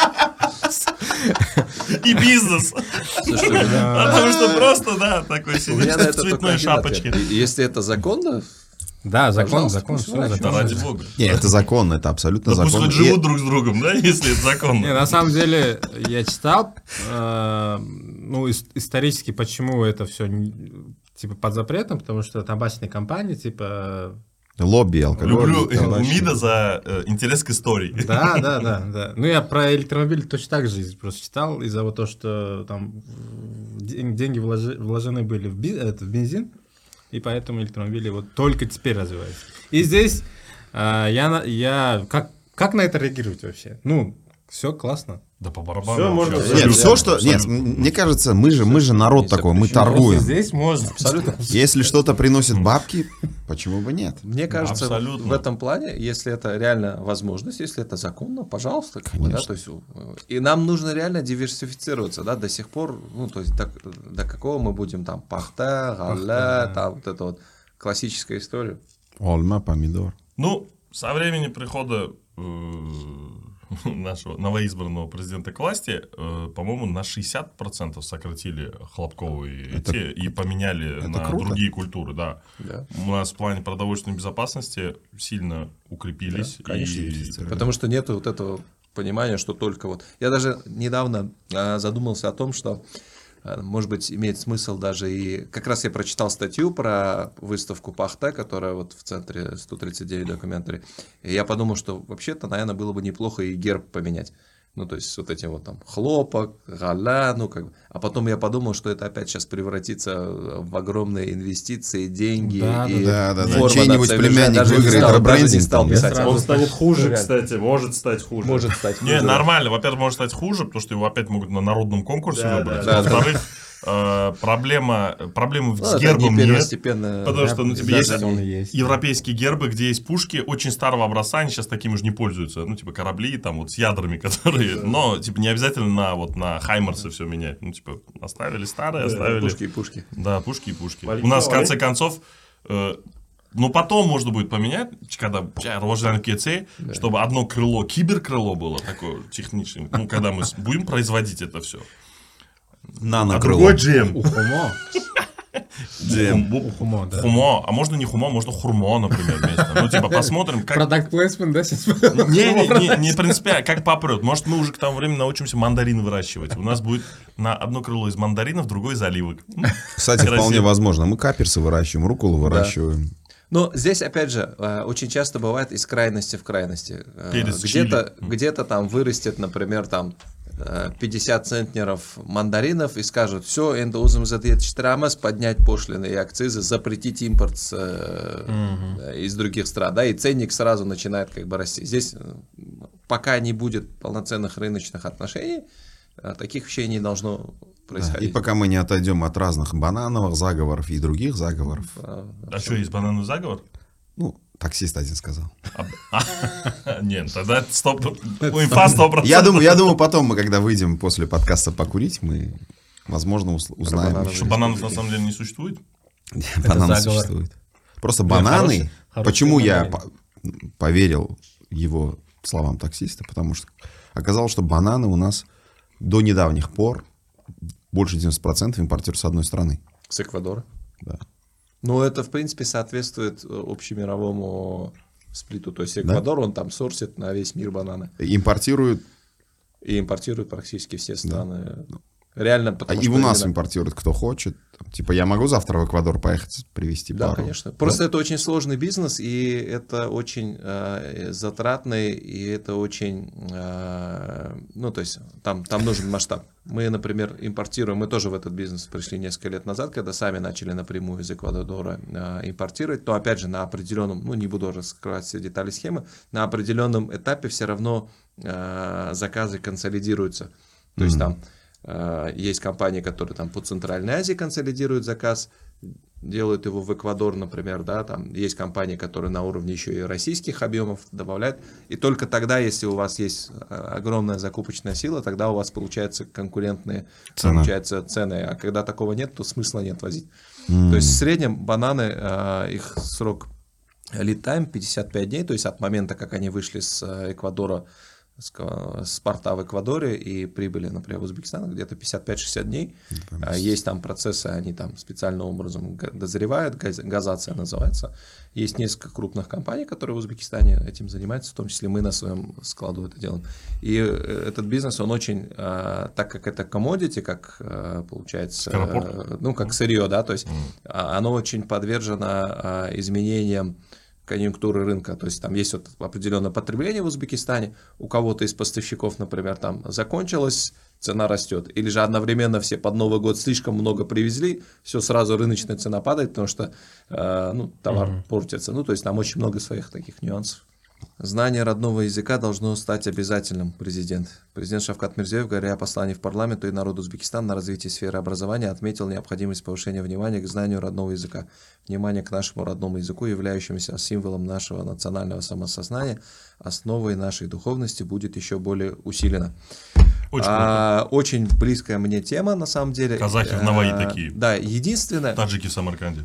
И бизнес. Слушай, у меня- Потому что просто, да, такой у сидит меня на в это только цветной один шапочке. ответ. И- Если это законно, Да, закон, Пожалуйста, закон, пусть все выращивают. Да закон. ради бога. Не, это законно, это абсолютно Да пусть законно. хоть И- живут друг с другом, да, если это Не, законно. на самом деле, я читал, э, ну, ис- исторически, почему это все, типа, под запретом, потому что табачные компании, типа... Лобби, алкоголь. Люблю табачный. у МИДа за э, интерес к истории. Да, да, да, да. Ну, я про электромобили точно так же просто читал, из-за того, что там ден- деньги вложи- вложены были в, би- это, в бензин, и поэтому электромобили вот только теперь развиваются. И здесь э, я, на- я как, как на это реагировать вообще? Ну, все классно. Да по барабану. Всё, можно вообще, взять. Нет, абсолютно, все, что... Нет, абсолютно. мне кажется, мы же, мы же народ Если такой, мы почему? торгуем. Здесь можно. абсолютно. Если что-то приносит бабки, почему бы нет? Мне кажется, Абсолютно. в этом плане, если это реально возможность, если это законно, пожалуйста, как бы, да, то есть, э, и нам нужно реально диверсифицироваться, да, до сих пор, ну, то есть, до, до какого мы будем там пахта, галя, там вот это вот классическая история. Олма, помидор. Ну, со времени прихода э, нашего новоизбранного президента к власти, э, по-моему, на шестьдесят процентов сократили хлопковые Это- те и поменяли это на круто. другие культуры, да. Да. У нас в плане продовольственной безопасности сильно укрепились. Да, конечно, и... Потому что нету вот этого понимания, что только вот... Я даже недавно а, задумался о том, что, а, может быть, имеет смысл даже и... Как раз я прочитал статью про выставку Пахта, которая вот в центре сто тридцать девять документари. И я подумал, что вообще-то, наверное, было бы неплохо и герб поменять. Ну, то есть, вот этим вот там хлопок, галя, ну, как бы. А потом я подумал, что это опять сейчас превратится в огромные инвестиции, деньги. Да, и да, да, да. форма Чей-нибудь надо племянник даже не выиграет стал- даже не ребрендинг стал там. писать. Сразу Он станет хуже, Реально. кстати, может стать хуже. Может стать Не, хуже. нормально. Во-первых, может стать хуже, потому что его опять могут на народном конкурсе Да, выбрать. да, да, Во-вторых, э, проблема, проблемы Ну, с это гербом не нет. первостепенно. Потому что ну, типа, есть, Даже он есть. европейские гербы, где есть пушки очень старого образца, они сейчас такими уже не пользуются. Ну, типа корабли там вот с ядрами, которые... Но, типа, не обязательно на, вот, на Хаймарсы все менять. Ну, типа, оставили старые, оставили... Пушки и пушки. Да, пушки и пушки. Валик, У нас, в Валик. конце концов... э, ну, потом можно будет поменять, когда рожден КЦ, чтобы одно крыло, киберкрыло было такое техничное. Ну, когда мы с- будем производить это все. А Нано-крыло. другой джем. Ухумо. Джем. Ухумо, да. Хумо. А можно не хумо, можно хурмо, например, вместо. Ну, типа, посмотрим, как... Продакт плейсмент, да, сейчас? Не, не, не, не принципиально, как попрет. Может, мы уже к тому времени научимся мандарин выращивать. У нас будет на одно крыло из мандаринов, другое из оливок. Кстати, Красиво. вполне возможно. Мы каперсы выращиваем, руколу выращиваем. Но здесь, опять же, э, очень часто бывает из крайности в крайности. Э, Перец Где-то, чили. где-то там вырастет, например, там э, пятьдесят центнеров мандаринов и скажут, все, эндоузом за четыре амэс, поднять пошлины и акцизы, запретить импорт с, э, из других стран, да, и ценник сразу начинает как бы расти. Здесь э, пока не будет полноценных рыночных отношений, э, таких вещей не должно Да, и происходить. пока мы не отойдем от разных банановых заговоров и других заговоров. Э, А что, есть банановый заговор? Ну, таксист один сказал. А, Нет, тогда стоп. Инфа сто процентов. Я думаю, я думаю, потом мы, когда выйдем после подкаста покурить, мы, возможно, ус- узнаем. банановые Что бананов на самом деле не существует? Бананы заговор. существуют. Просто Да, бананы. хороший- хороший Почему я мандарин. по- поверил его словам таксиста? Потому что оказалось, что бананы у нас до недавних пор больше девяносто процентов импортируются с одной страны. С Эквадора. Да. Ну, это, в принципе, соответствует э, общемировому сплиту. То есть Эквадор, он там сорсит на весь мир бананы. Импортируют, И импортирует практически все страны. Реально, а потому и что... у нас именно- импортируют кто хочет. Типа я могу завтра в Эквадор поехать привезти Да, пару? конечно. Просто это очень сложный бизнес, и это очень э, затратный, и это очень... э, ну, то есть там, там нужен масштаб. Мы, например, импортируем, мы тоже в этот бизнес пришли несколько лет назад, когда сами начали напрямую из Эквадора э, импортировать, то, опять же, на определенном, ну, не буду раскрывать все детали схемы, на определенном этапе все равно э, заказы консолидируются. То есть там э, есть компании, которые там по Центральной Азии консолидируют заказ, делают его в Эквадор, например, да, там есть компании, которые на уровне еще и российских объемов добавляют, и только тогда, если у вас есть э, огромная закупочная сила, тогда у вас получаются конкурентные Цена. получается, цены, а когда такого нет, то смысла нет возить. То есть в среднем бананы, э, их срок lead time пятьдесят пять дней, то есть от момента, как они вышли с э, Эквадора, с, ка- с порта в Эквадоре и прибыли, например, в Узбекистан, где-то пятьдесят пять шестьдесят дней. А Есть там процессы, они там специальным образом га- дозревают, газ- газация называется. Есть несколько крупных компаний, которые в Узбекистане этим занимаются, в том числе мы на своем складу это делаем. И э, этот бизнес, он очень, э, так как это commodity, как э, получается, э, ну, как сырье, да, то есть а, оно очень подвержено э, изменениям конъюнктуры рынка, то есть там есть вот определенное потребление в Узбекистане, у кого-то из поставщиков, например, там закончилось, цена растет, или же одновременно все под Новый год слишком много привезли, все сразу рыночная цена падает, потому что э, ну, товар mm-hmm. портится, ну то есть там очень много своих таких нюансов. Знание родного языка должно стать обязательным, президент. Президент Шавкат Мирзиёев, говоря о послании в парламенту и народу Узбекистана на развитие сферы образования, отметил необходимость повышения внимания к знанию родного языка. Внимание к нашему родному языку, являющемуся символом нашего национального самосознания, основой нашей духовности, будет еще более усилено. Очень, а, очень близкая мне тема, на самом деле. Казахи в Наваи такие. Да, единственное... Таджики в Самарканде.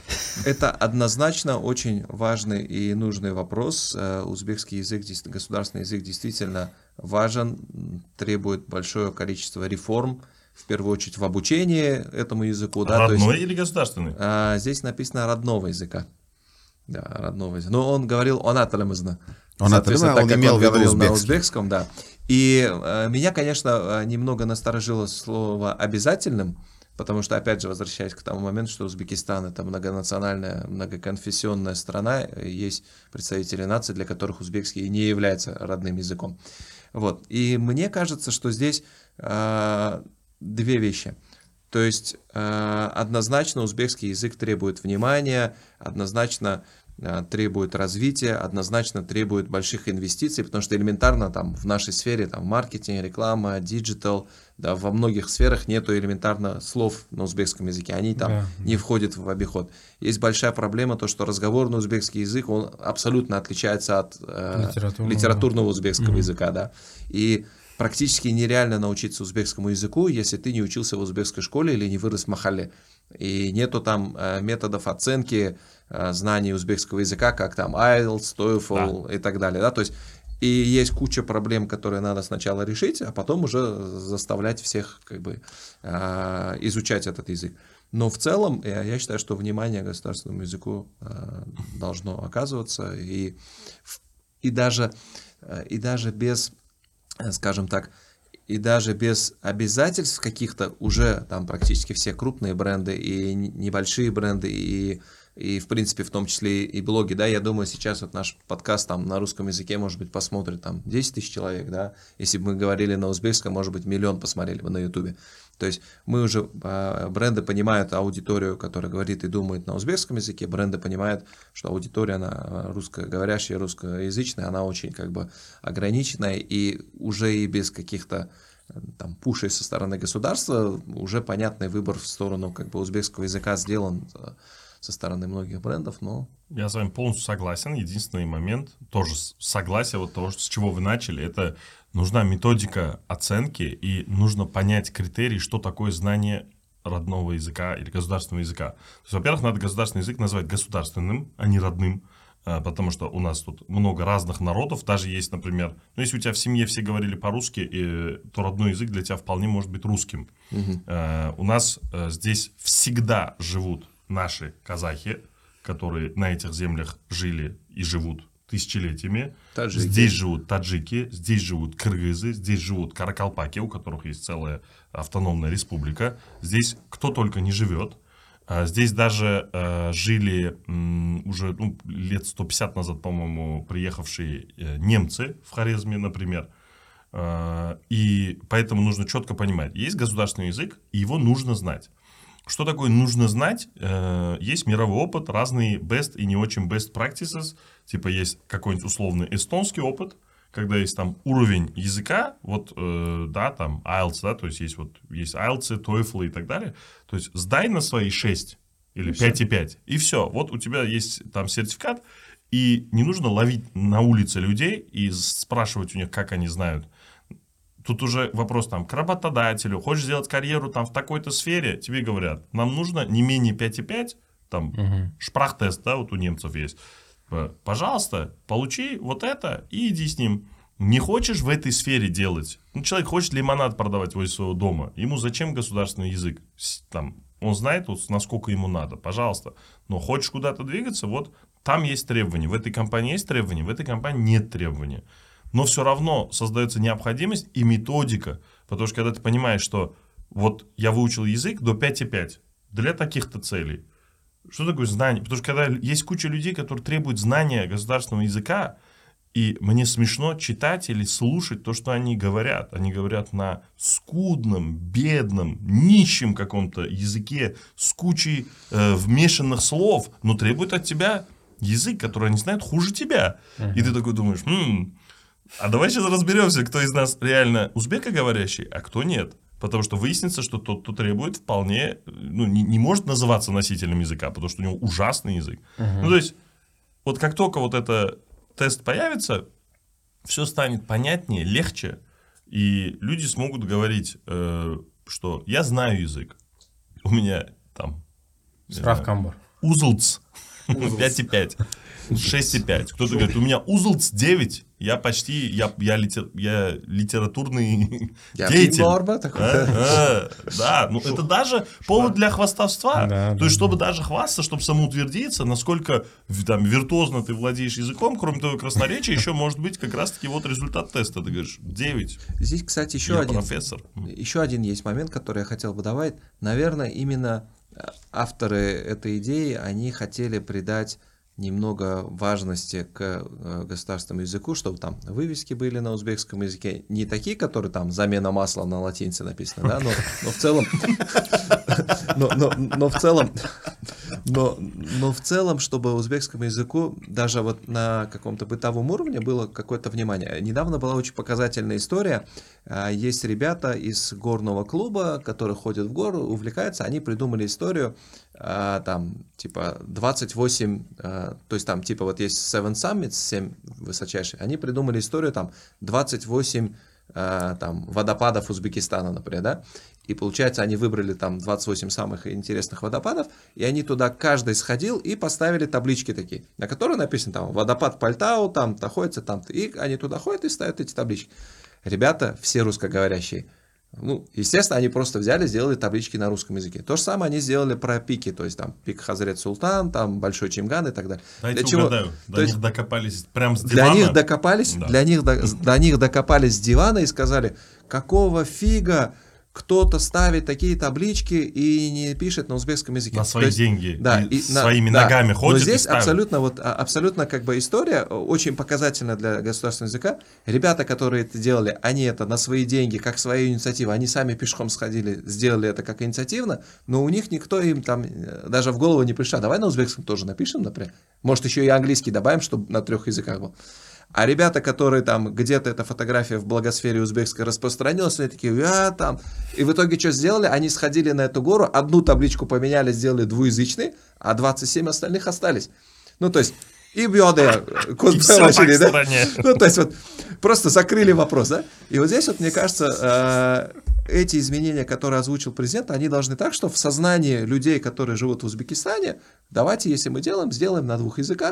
Это однозначно очень важный и нужный вопрос. Узбекский язык, государственный язык действительно важен, требует большое количество реформ, в первую очередь в обучении этому языку. Да, Родной то есть, или государственный? а, здесь написано родного языка. Да, родного языка. Но он говорил он аталымызна. Он Соответственно, аталыма, так он как имел он в виду говорил на узбекский. узбекском, да. И э, меня, конечно, немного насторожило слово «обязательным», потому что, опять же, возвращаясь к тому моменту, что Узбекистан — это многонациональная, многоконфессионная страна, есть представители наций, для которых узбекский не является родным языком. Вот. И мне кажется, что здесь э, две вещи. То есть э, однозначно узбекский язык требует внимания, однозначно требует развития, однозначно требует больших инвестиций, потому что элементарно там в нашей сфере, там маркетинг, реклама, диджитал, да, во многих сферах нету элементарно слов на узбекском языке, они там да. не входят в обиход. Есть большая проблема, то что разговорный узбекский язык, он абсолютно отличается от э, литературного, литературного узбекского mm-hmm. языка, да, и практически нереально научиться узбекскому языку, если ты не учился в узбекской школе или не вырос в махалле. И нету там э, методов оценки э, знаний узбекского языка, как там ай эл ти эс, TOEFL да. и так далее. Да? То есть, и есть куча проблем, которые надо сначала решить, а потом уже заставлять всех как бы, э, изучать этот язык. Но в целом я, я считаю, что внимание государственному языку э, должно оказываться. И, и, даже, э, и даже без... скажем так, и даже без обязательств каких-то уже там практически все крупные бренды и небольшие бренды и, и в принципе в том числе и блоги, да, я думаю, сейчас вот наш подкаст там на русском языке, может быть, посмотрит там десять тысяч человек, да, если бы мы говорили на узбекском, может быть, миллион посмотрели бы на ютубе. То есть мы уже, бренды понимают аудиторию, которая говорит и думает на узбекском языке, бренды понимают, что аудитория, она русскоговорящая, русскоязычная, она очень как бы ограниченная, и уже и без каких-то там пушей со стороны государства уже понятный выбор в сторону как бы узбекского языка сделан со стороны многих брендов, но... Я с вами полностью согласен. Единственный момент, тоже согласие вот того, с чего вы начали, это нужна методика оценки и нужно понять критерии, что такое знание родного языка или государственного языка. То есть, во-первых, надо государственный язык назвать государственным, а не родным, потому что у нас тут много разных народов, даже есть, например, ну, если у тебя в семье все говорили по-русски, то родной язык для тебя вполне может быть русским. Угу. У нас здесь всегда живут наши казахи, которые на этих землях жили и живут тысячелетиями. Таджики. Здесь живут таджики, здесь живут кыргызы, здесь живут каракалпаки, у которых есть целая автономная республика. Здесь кто только не живет. Здесь даже э, жили м, уже ну, лет сто пятьдесят назад, по-моему, приехавшие э, немцы в Хорезме, например. Э, и поэтому нужно четко понимать, есть государственный язык, и его нужно знать. Что такое нужно знать? Э, есть мировой опыт, разные best и не очень best practices. Типа есть какой-нибудь условный эстонский опыт, когда есть там уровень языка, вот, э, да, там, ай эл ти эс, да, то есть есть вот, есть ай эл ти эс, TOEFL и так далее, то есть сдай на свои шесть или пять и пять, и все, вот у тебя есть там сертификат, и не нужно ловить на улице людей и спрашивать у них, как они знают. Тут уже вопрос там к работодателю, хочешь сделать карьеру там в такой-то сфере, тебе говорят, нам нужно не менее пять и пять, там, угу. шпрахтест, да, вот у немцев есть. Пожалуйста, получи вот это и иди с ним. Не хочешь в этой сфере делать? Ну, человек хочет лимонад продавать возле своего дома. Ему зачем государственный язык? Там, он знает, вот, насколько ему надо. Пожалуйста. Но хочешь куда-то двигаться, вот там есть требования. В этой компании есть требования, в этой компании нет требований. Но все равно создается необходимость и методика. Потому что когда ты понимаешь, что вот я выучил язык до пять и пять для таких-то целей. Что такое знание? Потому что когда есть куча людей, которые требуют знания государственного языка, и мне смешно читать или слушать то, что они говорят. Они говорят на скудном, бедном, нищем каком-то языке с кучей э, вмешанных слов, но требуют от тебя язык, который они знают хуже тебя. Uh-huh. И ты такой думаешь, хм, а давай сейчас разберемся, кто из нас реально узбекоговорящий, а кто нет. Потому что выяснится, что тот, кто требует, вполне ну, не, не может называться носителем языка, потому что у него ужасный язык. Uh-huh. Ну, то есть, вот как только вот этот тест появится, все станет понятнее, легче, и люди смогут говорить, э, что я знаю язык. У меня там... Справкамбар. Узлц. пять и пять. шесть и пять. Кто-то говорит, у меня узлц девять. Я почти, я, я, литер, я литературный я деятель. Борба, такой. А, а, да, ну это даже повод для хвастовства. Да, То да, есть, чтобы да. даже хвастаться, чтобы самоутвердиться, насколько там, виртуозно ты владеешь языком, кроме того красноречия, еще может быть как раз-таки вот результат теста. Ты говоришь, девять. Здесь, кстати, еще я один, профессор. еще один есть момент, который я хотел бы добавить. Наверное, именно авторы этой идеи, они хотели придать немного важности к государственному языку, чтобы там вывески были на узбекском языке, не такие, которые там замена масла на латинице написано, да, но, но в целом, но, но, но в целом, Но, но в целом, чтобы узбекскому языку даже вот на каком-то бытовом уровне было какое-то внимание. Недавно была очень показательная история. Есть ребята из горного клуба, которые ходят в гору, увлекаются. Они придумали историю, там, типа, двадцать восемь, то есть там, типа, вот есть Seven Summits, семь высочайших. Они придумали историю, там, двадцать восемь там, водопадов Узбекистана, например, да? И получается, они выбрали там двадцать восемь самых интересных водопадов, и они туда каждый сходил и поставили таблички такие, на которые написано там водопад Пальтау, там находится там, и они туда ходят и ставят эти таблички. Ребята, все русскоговорящие, ну, естественно, они просто взяли, сделали таблички на русском языке. То же самое они сделали про пики, то есть там пик Хазрет Султан, там Большой Чимган и так далее. Дайте для угадаю, чего? до то них есть, докопались прям с для дивана. них докопались, Да. для них, до, до них докопались с дивана и сказали, какого фига кто-то ставит такие таблички и не пишет на узбекском языке. На свои То есть, деньги. Да, и и своими на, ногами да. ходит. Но здесь и ставит. абсолютно, вот, абсолютно как бы история очень показательна для государственного языка. Ребята, которые это делали, они это на свои деньги, как свою инициативу, они сами пешком сходили, сделали это как инициативно, но у них никто им там даже в голову не пришел. Давай на узбекском тоже напишем, например. Может, еще и английский добавим, чтобы на трех языках был. А ребята, которые там где-то эта фотография в благосфере узбекской распространилась, они такие, а, там. И в итоге что сделали? Они сходили на эту гору, одну табличку поменяли, сделали двуязычный, а двадцать семь остальных остались. Ну, то есть, и бьёды, начали, да? Ну, то есть, вот, просто закрыли вопрос, да? И вот здесь вот, мне кажется, эти изменения, которые озвучил президент, они должны так, что в сознании людей, которые живут в Узбекистане, давайте, если мы делаем, сделаем на двух языках,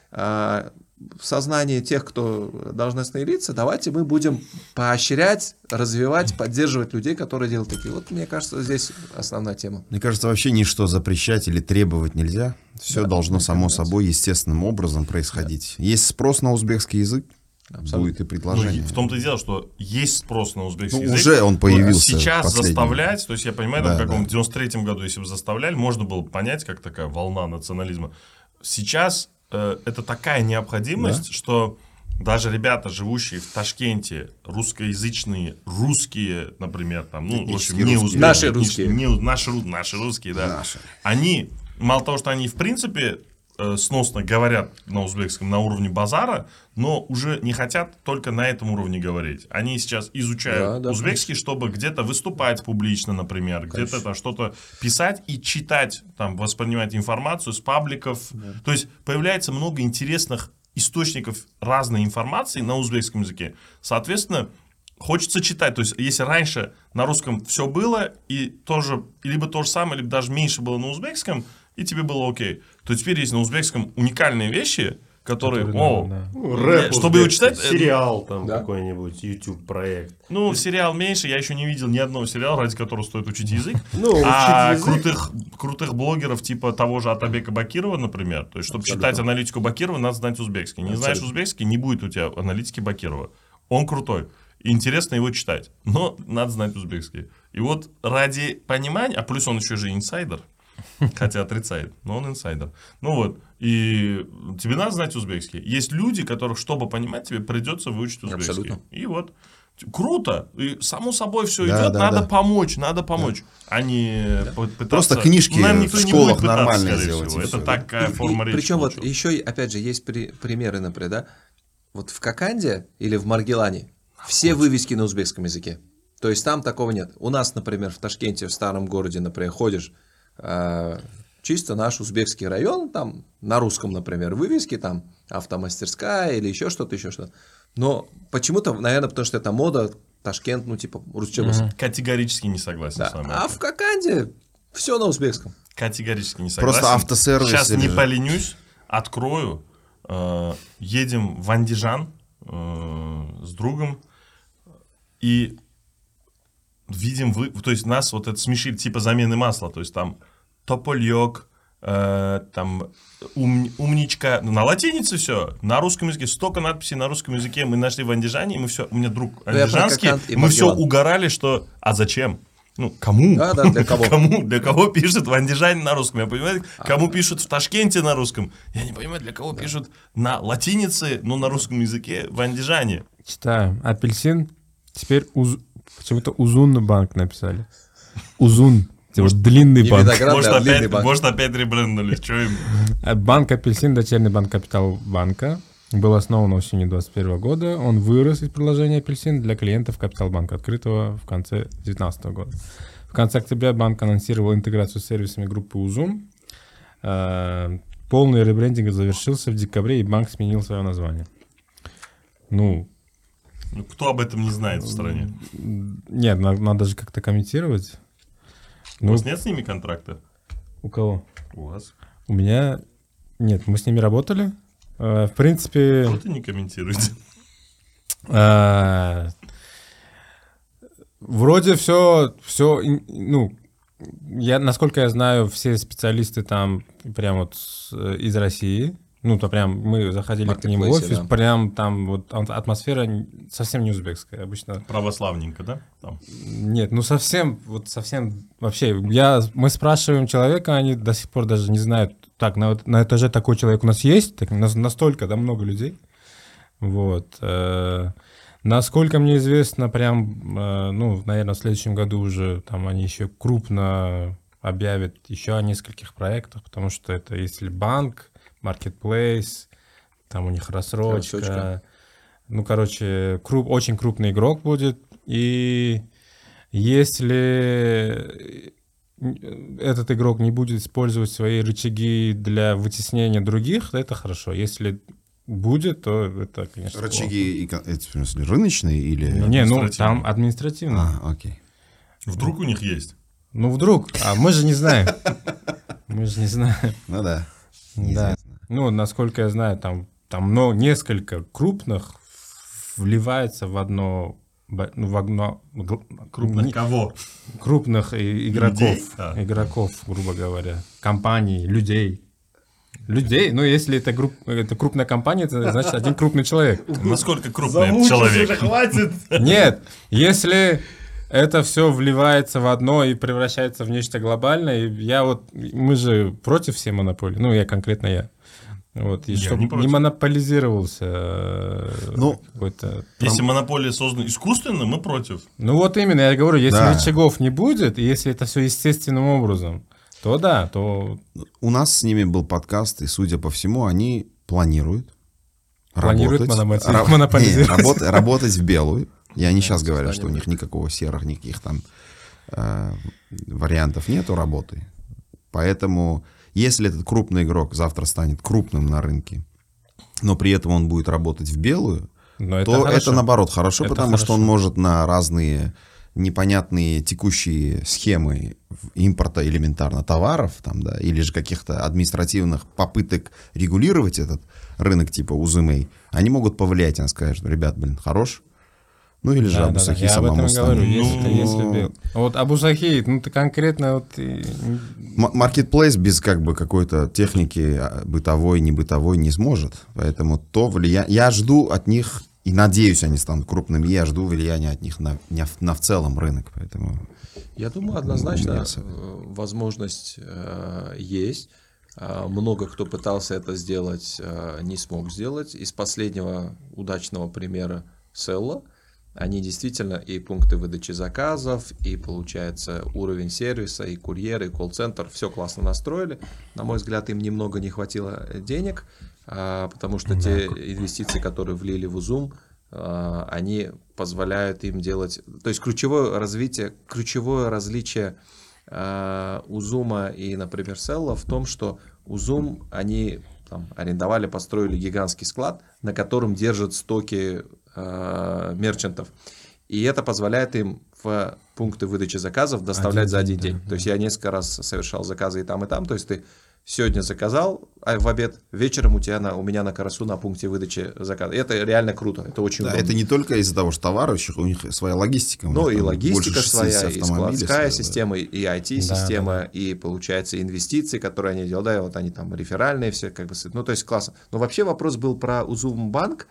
в сознании тех, кто должностные лица, давайте мы будем поощрять, развивать, поддерживать людей, которые делают такие. Вот, мне кажется, здесь основная тема. Мне кажется, вообще ничто запрещать или требовать нельзя. Все да, должно само кажется. собой естественным образом происходить. Да. Есть спрос на узбекский язык, абсолютно. Будет и предложение. Ну, в том-то и дело, что есть спрос на узбекский ну, язык. Уже он появился. Сейчас заставлять, то есть я понимаю, да, да, в каком-то да. девяносто третьем году, если бы заставляли, можно было понять, как такая волна национализма. Сейчас э, это такая необходимость, да? Что даже ребята, живущие в Ташкенте, русскоязычные, русские, например, там, ну, в общем, не узбекские, наши русские, не, наши, наши русские, да, наши. Они, мало того, что они в принципе э, сносно говорят на узбекском на уровне базара, но уже не хотят только на этом уровне говорить. Они сейчас изучают да, да, узбекский, чтобы где-то выступать публично, например, где-то там что-то писать и читать, там, воспринимать информацию с пабликов. Да. То есть появляется много интересных источников разной информации на узбекском языке. Соответственно, хочется читать. То есть, если раньше на русском все было, и тоже, либо то же самое, либо даже меньше было на узбекском, и тебе было окей, то теперь есть на узбекском уникальные вещи, которые, которые о, да, да. Ну, рэп, чтобы его читать, сериал там да? какой-нибудь, YouTube проект. Ну, сериал меньше, я еще не видел ни одного сериала, ради которого стоит учить язык. Ну, а учить язык. крутых, крутых блогеров типа того же Атабека Бакирова, например, то есть, чтобы Абсолютно. читать аналитику Бакирова, надо знать узбекский. Не Абсолютно. знаешь узбекский, не будет у тебя аналитики Бакирова. Он крутой. Интересно его читать, но надо знать узбекский. И вот ради понимания, а плюс он еще же инсайдер, хотя отрицает, но он инсайдер. Ну вот, и тебе надо знать узбекский. Есть люди, которых, чтобы понимать, тебе придется выучить узбекский. Абсолютно. И вот, круто. И само собой все да, идет, да, надо да. помочь, надо помочь. Да. А не да. пытаться... Просто книжки Наверное, в школах нормально сделать. Всего. Это такая и, форма и, речи. Причем получилась. вот еще, опять же, есть при, примеры, например, да, вот в Коканде или в Маргелане все вывески на узбекском языке. То есть там такого нет. У нас, например, в Ташкенте, в старом городе, например, ходишь, э, чисто наш узбекский район, там на русском, например, вывески, там автомастерская или еще что-то, еще что-то. Но почему-то, наверное, потому что это мода, Ташкент, ну типа Русчебас. Mm-hmm. Категорически не согласен да. с вами. А в Коканде все на узбекском. Категорически не согласен. Просто автосервис. Сейчас не же... поленюсь, открою. Э, едем в Андижан э, с другом и видим, вы, то есть нас вот это смешили, типа замены масла, то есть там топольёк, э, там ум, умничка, на латинице все, на русском языке, столько надписей на русском языке мы нашли в Андижане, и мы все, у меня друг андижанский, мы все угорали, что, а зачем? Ну, кому? Да, да, для кого? кому? Для кого пишут в Андижане на русском? Я понимаю, кому пишут в Ташкенте на русском? Я не понимаю, для кого пишут на латинице, но на русском языке в Андижане. Читаю. Апельсин. Теперь уз... почему-то Узун банк написали. Узун. Вот длинный Не банк. виноградный, Может а длинный опять, банк. может опять ребренднули, что им? Банк «Апельсин», дочерний банк «Капитал Банка», был основан осенью двадцать первого года. Он вырос из приложения «Апельсин» для клиентов «Капитал Банка», открытого в конце две тысячи девятнадцатого года. В конце октября банк анонсировал интеграцию с сервисами группы «Узум». Э, Полный ребрендинг завершился в декабре, и банк сменил свое название. Ну, Ну, кто об этом не знает в стране? нет, на- надо же как-то комментировать. У Ну, вас нет с ними контракта? у кого? У вас. У меня... Нет, мы с ними работали. Э, В принципе... Вот и не комментируйте. А, Вроде все, все, ну, я, насколько я знаю, все специалисты там прям вот с- из России. Ну, то прям мы заходили к ним в Маркетплейсе, офис, да. прям там вот ат- атмосфера совсем не узбекская. Обычно Православненько, да? Там. нет, ну совсем, вот совсем вообще. Я, мы спрашиваем человека, они до сих пор даже не знают. Так, на, вот- на этаже такой человек у нас есть, так, нас- настолько, да, много людей. Вот. э, Насколько мне известно, прям, э, ну, наверное, в следующем году уже там они еще крупно объявят еще о нескольких проектах, потому что это если банк, маркетплейс, там у них рассрочка. Рассрочка. Ну, короче, круп, очень крупный игрок будет. И если этот игрок не будет использовать свои рычаги для вытеснения других, то это хорошо. Если будет, то это, конечно, Рычаги, и ко- это, в смысле, рыночные или... плохо. Не, ну административно. там административно. А, окей. Вдруг у них есть? Ну вдруг, а мы же не знаем. Мы же не знаем. Ну да, Да. неизвестно. Ну, насколько я знаю, там, там но несколько крупных вливается в одно, бо- ну, в одно гл- Крупных не- кого? крупных и- игроков, Людей? А. игроков, грубо говоря, компаний, людей. Людей, ну, если это, групп, это крупная компания, это значит один крупный человек. Насколько крупный этот человек? хватит. Нет, если это все вливается в одно и превращается в нечто глобальное, и я вот, мы же против всей монополии, ну, я конкретно я. Вот, и Я чтобы не не, против. монополизировался э, Ну, какой-то... Если монополия создана искусственно, мы против. Ну вот именно, я говорю, если Да. рычагов не будет, и если это все естественным образом, то да, то У нас с ними был подкаст, и, судя по всему, они планируют Планируют работать, монополи- ра- монополизировать. не, работ- работать в белую. И они сейчас говорят, что у них никакого серых, никаких там э, вариантов нету работы. Поэтому, если этот крупный игрок завтра станет крупным на рынке, но при этом он будет работать в белую, но это то хорошо. это наоборот хорошо, Это потому что он хорошо. может на разные непонятные текущие схемы в- импорта элементарно товаров там, да, или же каких-то административных попыток регулировать этот рынок типа Узумей, они могут повлиять и сказать, что, ребят, блин, хорош. Ну или же Да, Абу да, да, Сахи я об этом самому и говорю, станет. если, Ну, если бы- Вот Абу Сахи, ну ты конкретно вот... и- М- Маркетплейс без как бы какой-то техники а, бытовой, не бытовой не сможет. Поэтому то влияние... Я жду от них, и надеюсь, они станут крупными, я жду влияния от них на, на, на в целом рынок. Поэтому Я думаю, однозначно меня э, особенно. возможность э, есть. А, Много кто пытался это сделать, э, не смог сделать. Из последнего удачного примера Селла они действительно и пункты выдачи заказов, и, получается, уровень сервиса, и курьеры, и колл-центр, все классно настроили. На мой взгляд, им немного не хватило денег, а, потому что те инвестиции, которые влили в Узум, а, они позволяют им делать... То есть ключевое развитие, ключевое различие а, Узума и, например, Селла в том, что Узум, они там арендовали, построили гигантский склад, на котором держат стоки э, мерчантов. И это позволяет им в пункты выдачи заказов доставлять Один за один день, день. да, То есть я несколько раз совершал заказы и там, и там. То есть ты сегодня заказал а в обед, вечером у тебя на, у меня на Карасу на пункте выдачи заказа. Это реально круто, это очень да, удобно. это не только из-за того, что товары, у них своя логистика. у Ну них и там логистика больше своя, шестидесяти и автомобилей складская стоят, да. система, и ай ти-система, Да, да, и, получается, инвестиции, которые они делают, да, и вот они там реферальные все, как бы, ну, то есть классно. Но вообще вопрос был про Узумбанк,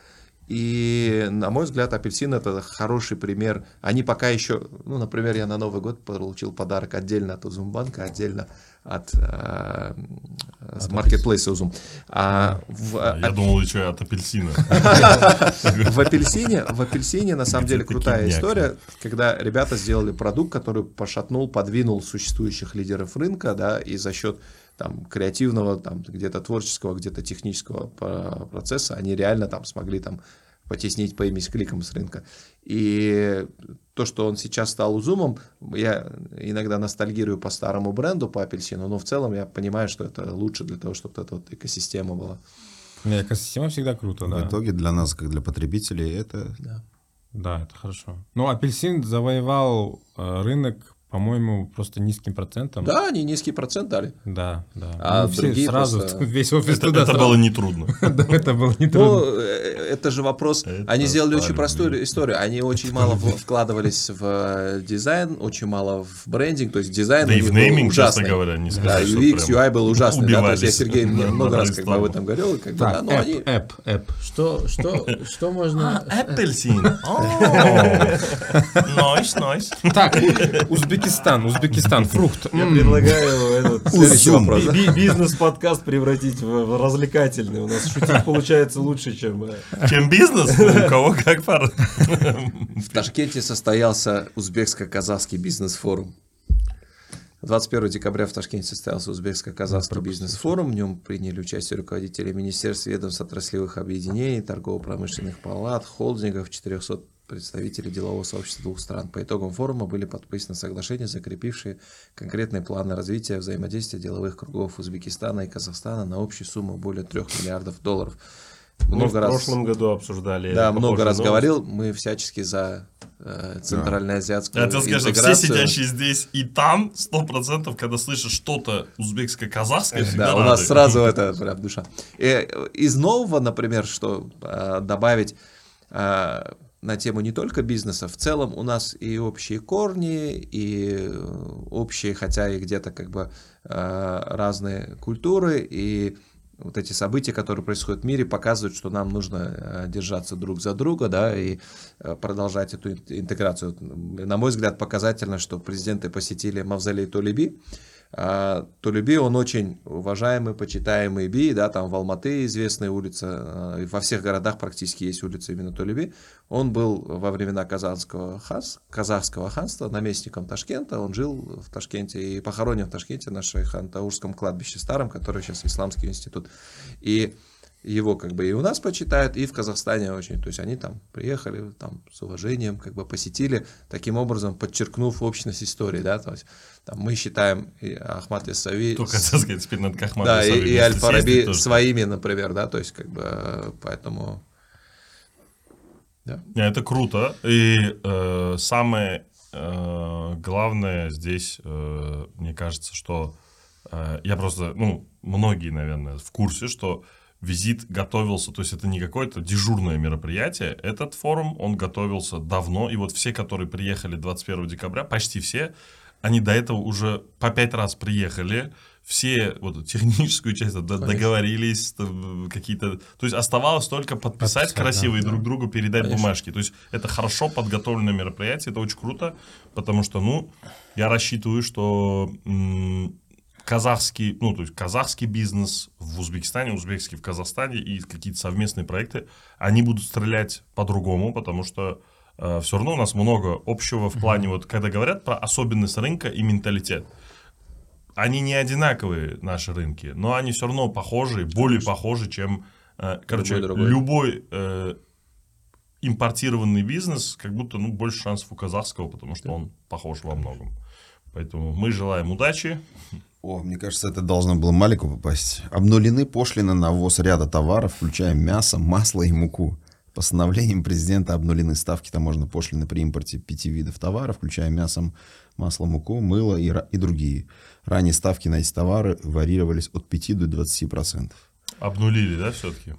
и, на мой взгляд, Апельсин — это хороший пример. Они пока еще, ну, например, я на Новый год получил подарок отдельно от Узумбанка, отдельно от э, маркетплейса Узум. А в, Я от, думал, еще от апельсина. в апельсине, в апельсине на самом деле Где-то крутая кидняк. история, когда ребята сделали продукт, который пошатнул, подвинул существующих лидеров рынка, да, и за счет там креативного, там где-то творческого, где-то технического процесса они реально там смогли там потеснить, поиметь кликом с рынка. И то, что он сейчас стал Узумом, я иногда ностальгирую по старому бренду, по апельсину, но в целом я понимаю, что это лучше для того, чтобы эта вот экосистема была. Не, экосистема всегда круто, да. В итоге для нас, как для потребителей, это... Да. Да, это хорошо. Ну, апельсин завоевал э, рынок, по-моему, просто низким процентом. Да, они низкий процент дали. Да, да. А Ну, все другие сразу, просто- весь офис Это, туда это сразу. было нетрудно. Да, это было Ну, нетрудно. э, это же вопрос. Это Они сделали очень правильно. простую историю. Они очень мало в- вкладывались в э, дизайн, очень мало в брендинг. То есть дизайн Да у и них в был нейминг, ужасный. честно говоря, не Да, сказать, что ю экс, прям ю ай был ужасный. Да? То есть я убивались Сергей мне на- много на раз как бы об Ростову. этом говорил. Как бы, Так, да, но эп, они... эп, эп. Что, что, что можно... Апельсин. Найс, найс. Так, Узбекистан, Узбекистан, фрукт. Я М. предлагаю этот Следующий Узум. вопрос, да? би- би- бизнес-подкаст превратить в в развлекательный. У нас шутить получается лучше, чем... э, Чем бизнес? У кого как пара. В Ташкенте состоялся узбекско-казахский бизнес-форум. двадцать первого декабря в Ташкенте состоялся узбекско-казахский бизнес-форум. В нем приняли участие руководители министерств, ведомств, отраслевых объединений, торгово-промышленных палат, холдингов, четыреста представителей делового сообщества двух стран. По итогам форума были подписаны соглашения, закрепившие конкретные планы развития взаимодействия деловых кругов Узбекистана и Казахстана на общую сумму более трех миллиардов долларов. Мы в Много раз, прошлом году обсуждали. да, похожие много раз новости. говорил, мы всячески за э, центральноазиатскую Я тебе скажу, все интеграцию. сидящие здесь и там, сто процентов, когда слышишь что-то узбекско-казахское, всегда Да, у рады. нас сразу это прям душа. И из нового, например, что э, добавить э, на тему не только бизнеса, в целом у нас и общие корни, и э, общие, хотя и где-то как бы э, разные культуры, и вот эти события, которые происходят в мире, показывают, что нам нужно э, держаться друг за друга, да, и э, продолжать эту ин- интеграцию. На мой взгляд, показательно, что президенты посетили мавзолей Толеби. А Толеби, он очень уважаемый, почитаемый би, да, там в Алматы известная улица, и во всех городах практически есть улица именно Толеби. Он был во времена казахского, хас, казахского ханства наместником Ташкента, он жил в Ташкенте и похоронен в Ташкенте на Шайхан-Таурском кладбище старом, которое сейчас Исламский институт. И его как бы и у нас почитают, и в Казахстане очень. То есть они там приехали там, с уважением, как бы посетили, таким образом подчеркнув общность истории. Да? То есть, там, мы считаем и Ахмад Яссави, Только, так сказать, теперь надо к Ахмаду да, и, Яссави и вместе Аль-Фараби съездить тоже. своими, например, да, то есть как бы э, поэтому... Да. Не, это круто. И э, самое э, главное здесь, э, мне кажется, что э, я просто, ну, многие, наверное, в курсе, что визит готовился, то есть это не какое-то дежурное мероприятие, этот форум, он готовился давно, и вот все, которые приехали двадцать первого декабря, почти все, они до этого уже по пять раз приехали, все вот техническую часть д- договорились, там, какие-то, то есть оставалось только подписать, Подписать, красиво да, и да. друг другу передать Конечно. бумажки, то есть это хорошо подготовленное мероприятие, это очень круто, потому что, ну, я рассчитываю, что м, казахский, ну, то есть казахский бизнес в Узбекистане, узбекский в Казахстане и какие-то совместные проекты, они будут стрелять по-другому, потому что э, все равно у нас много общего в плане, вот когда говорят про особенность рынка и менталитет, они не одинаковые, наши рынки, но они все равно похожи, более похожи, чем, э, короче, Любой другой. любой э, импортированный бизнес, как будто, ну, больше шансов у казахского, потому что он похож во многом. Поэтому мы желаем удачи. О, мне кажется, это должно было Малику попасть. Обнулены пошлины на ввоз ряда товаров, включая мясо, масло и муку. Постановлением президента обнулены ставки таможенной пошлины при импорте пяти видов товаров, включая мясо, масло, муку, мыло и, ра- и другие. Ранее ставки на эти товары варьировались от пяти до двадцати процентов. Обнулили, да, все-таки?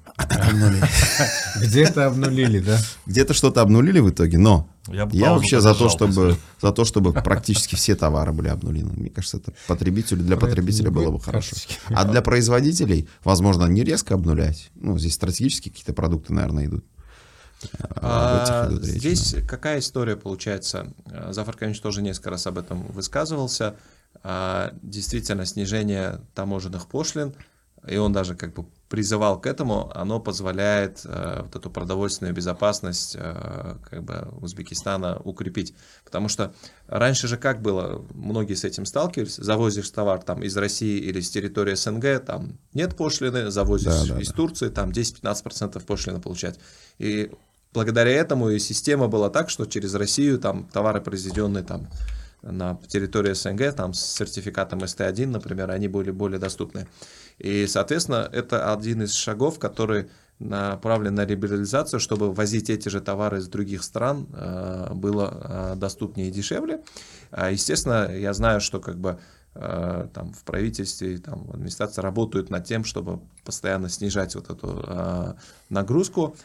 Где-то обнулили, да? Где-то что-то обнулили в итоге, но Я бы я паузу вообще за то, подержал чтобы, после. за то, чтобы практически все товары были обнулены. Мне кажется, это потребителю, для Про это потребителя не было бы будет хорошо. практически. А для производителей, возможно, не резко обнулять. Ну, здесь стратегические какие-то продукты, наверное, идут. А, об этих А, идут речи, здесь да. какая история получается? Зафар Камич тоже несколько раз об этом высказывался. а, действительно снижение таможенных пошлин, и он даже как бы призывал к этому, оно позволяет э, вот эту продовольственную безопасность э, как бы Узбекистана укрепить. Потому что раньше же как было, многие с этим сталкивались, завозишь товар там из России или с территории СНГ, там нет пошлины, завозишь да, да, из да. Турции, там десять-пятнадцать процентов пошлины получать. И благодаря этому и система была так, что через Россию там товары, произведенные там на территории СНГ, там с сертификатом эс тэ один, например, они были более доступны. И, соответственно, это один из шагов, который направлен на либерализацию, чтобы возить эти же товары из других стран э, было э, доступнее и дешевле. А, естественно, я знаю, что как бы э, там в правительстве, там, в администрации работают над тем, чтобы постоянно снижать вот эту э, нагрузку.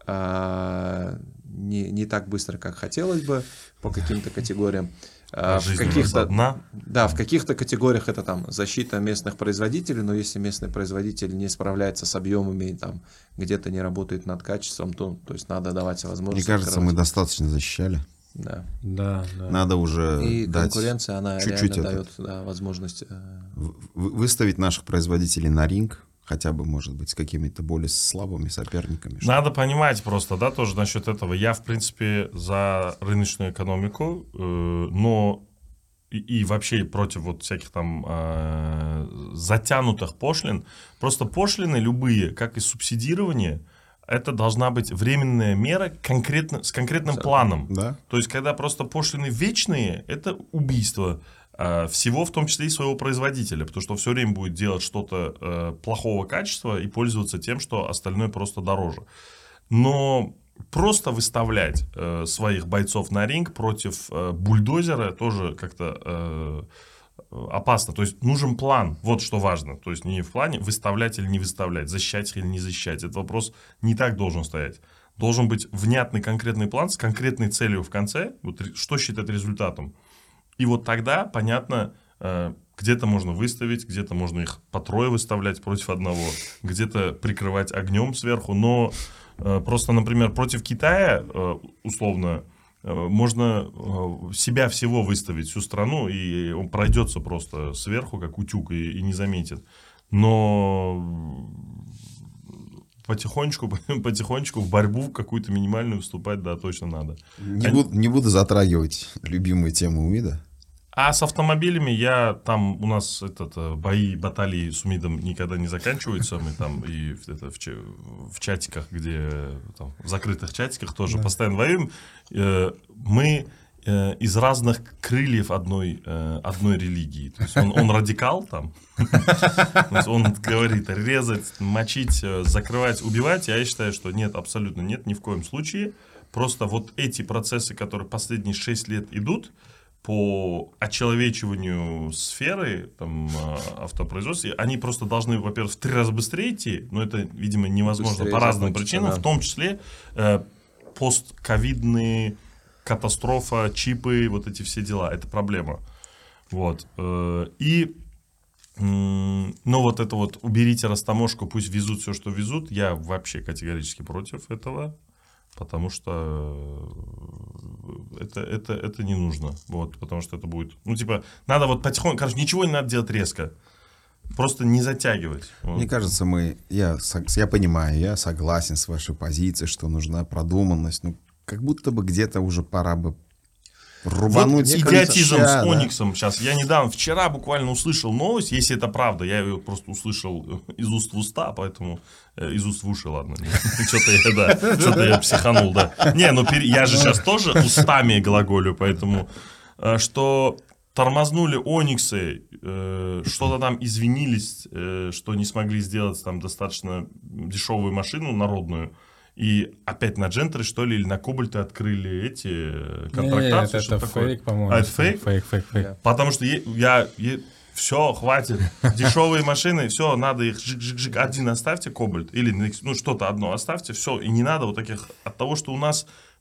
Э, не, не так быстро, как хотелось бы по каким-то категориям. А в жизнь каких-то, одна. да, в каких-то категориях это там защита местных производителей, но если местный производитель не справляется с объемами, там где-то не работает над качеством, то, то есть надо давать возможность. Мне кажется, открывать. мы достаточно защищали. Да. Да, да. Надо уже И дать конкуренция, она чуть-чуть реально этот, дает да, возможность. э, в- вы- выставить наших производителей на ринг, хотя бы, может быть, с какими-то более слабыми соперниками. чтобы- Надо понимать просто, да, тоже насчет этого. Я, в принципе, за рыночную экономику, э, но и, и вообще против вот всяких там э, затянутых пошлин. Просто пошлины любые, как и субсидирование, это должна быть временная мера конкретно, с конкретным планом. Да? То есть, когда просто пошлины вечные, это убийство э, всего, в том числе и своего производителя, потому что все время будет делать что-то э, плохого качества и пользоваться тем, что остальное просто дороже. Но просто выставлять э, своих бойцов на ринг против э, бульдозера тоже как-то э, опасно. То есть нужен план, вот что важно. То есть не в плане выставлять или не выставлять, защищать или не защищать. Этот вопрос не так должен стоять. Должен быть внятный конкретный план с конкретной целью в конце, вот, что считать результатом. И вот тогда, понятно, э, где-то можно выставить, где-то можно их по трое выставлять против одного, где-то прикрывать огнем сверху, но э, просто, например, против Китая, э, условно, э, можно э, себя всего выставить, всю страну, и он пройдется просто сверху, как утюг, и, и не заметит. Но потихонечку, потихонечку в борьбу какую-то минимальную вступать, да, точно надо. Не, Они- буду, не буду затрагивать любимую тему УМИДа. А с автомобилями я там у нас этот э, бои баталии с УМИДом никогда не заканчиваются. Мы там и в, это, в, ча- в чатиках, где там, в закрытых чатиках тоже постоянно воюем. Э, мы э, из разных крыльев одной, э, одной религии. То есть он, он радикал там. То есть он говорит резать, мочить, э, закрывать, убивать. Я считаю, что нет, абсолютно нет, ни в коем случае. Просто вот эти процессы, которые последние шесть лет идут, по очеловечиванию сферы там, автопроизводства, они просто должны, во-первых, в три раза быстрее идти, но это, видимо, невозможно Быстрее по разным закончится, причинам, да. в том числе э, постковидные катастрофа, чипы, вот эти все дела, это проблема. Вот. Э, и, м, ну, вот это вот, уберите растаможку, пусть везут все, что везут, я вообще категорически против этого. Потому что это, это, это не нужно. Вот, потому что это будет... Ну, типа, надо вот потихоньку... Короче, ничего не надо делать резко. Просто не затягивать. Вот. Мне кажется, мы, я, сог- я понимаю, я согласен с вашей позицией, что нужна продуманность. Ну, как будто бы где-то уже пора бы рубануть. Вот с идиотизм плеча, с да. Ониксом сейчас. Я недавно, вчера буквально услышал новость, если это правда, я ее просто услышал из уст в уста, поэтому э, из уст в уши, ладно. Что-то я, да, что-то я психанул, да. Не, ну пере- я же сейчас тоже устами глаголю, поэтому, э, что тормознули Ониксы, э, что-то там извинились, э, что не смогли сделать там достаточно дешевую машину народную. И опять на Джентеры, что ли, или на Кобальты открыли эти э, контрактации. Нет, что это такое. фейк, по-моему. А, это фейк? Фейк, фейк, фейк. Потому что е- я... все, хватит. Дешевые машины, все, надо их жик-жик-жик. Один оставьте, Кобальт. Или ну, что-то одно оставьте, все. И не надо вот таких... От того, что у нас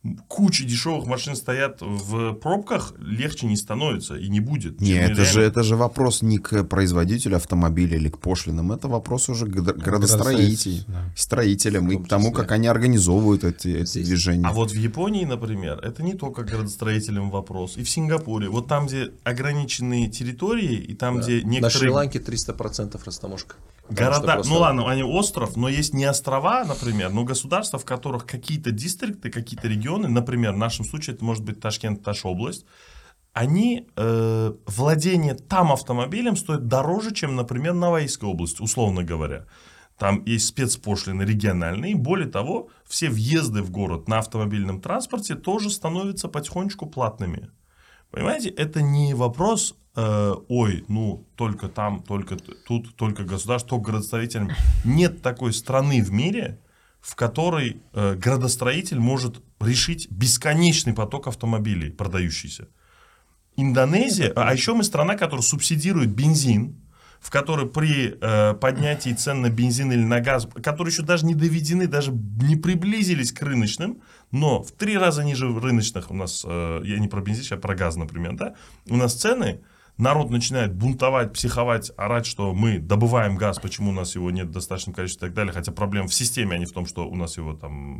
куча дешевых машин стоят в пробках, легче не становится и не будет. Не, Чем это реально. же, это же вопрос не к производителю автомобиля или к пошлинам, это вопрос уже к градо- градостроителям, да. строителям и том к тому, числе. как они организовывают эти, эти Здесь. движения. А вот в Японии, например, это не только градостроителям вопрос. И в Сингапуре. Вот там, где ограниченные территории, и там, где На некоторые Шри-Ланке триста процентов растаможка. Потому что города, просто- ну ладно, они остров, но есть не острова, например, но государства, в которых какие-то дистрикты, какие-то регионы, например, в нашем случае это может быть Ташкент, Таш-область, они, э, владение там автомобилем стоит дороже, чем, например, Новоийская область, условно говоря. Там есть спецпошлины региональные. Более того, все въезды в город на автомобильном транспорте тоже становятся потихонечку платными. Понимаете, это не вопрос, э, ой, ну, только там, только тут, только государство, только градостроителям. Нет такой страны в мире, в которой э, градостроитель может решить бесконечный поток автомобилей, продающийся. Индонезия, а еще мы страна, которая субсидирует бензин, в которой при э, поднятии цен на бензин или на газ, которые еще даже не доведены, даже не приблизились к рыночным, но в три раза ниже рыночных у нас, э, я не про бензин, а про газ, например, да, у нас цены, народ начинает бунтовать, психовать, орать, что мы добываем газ, почему у нас его нет в достаточном количестве и так далее, хотя проблема в системе, а не в том, что у нас его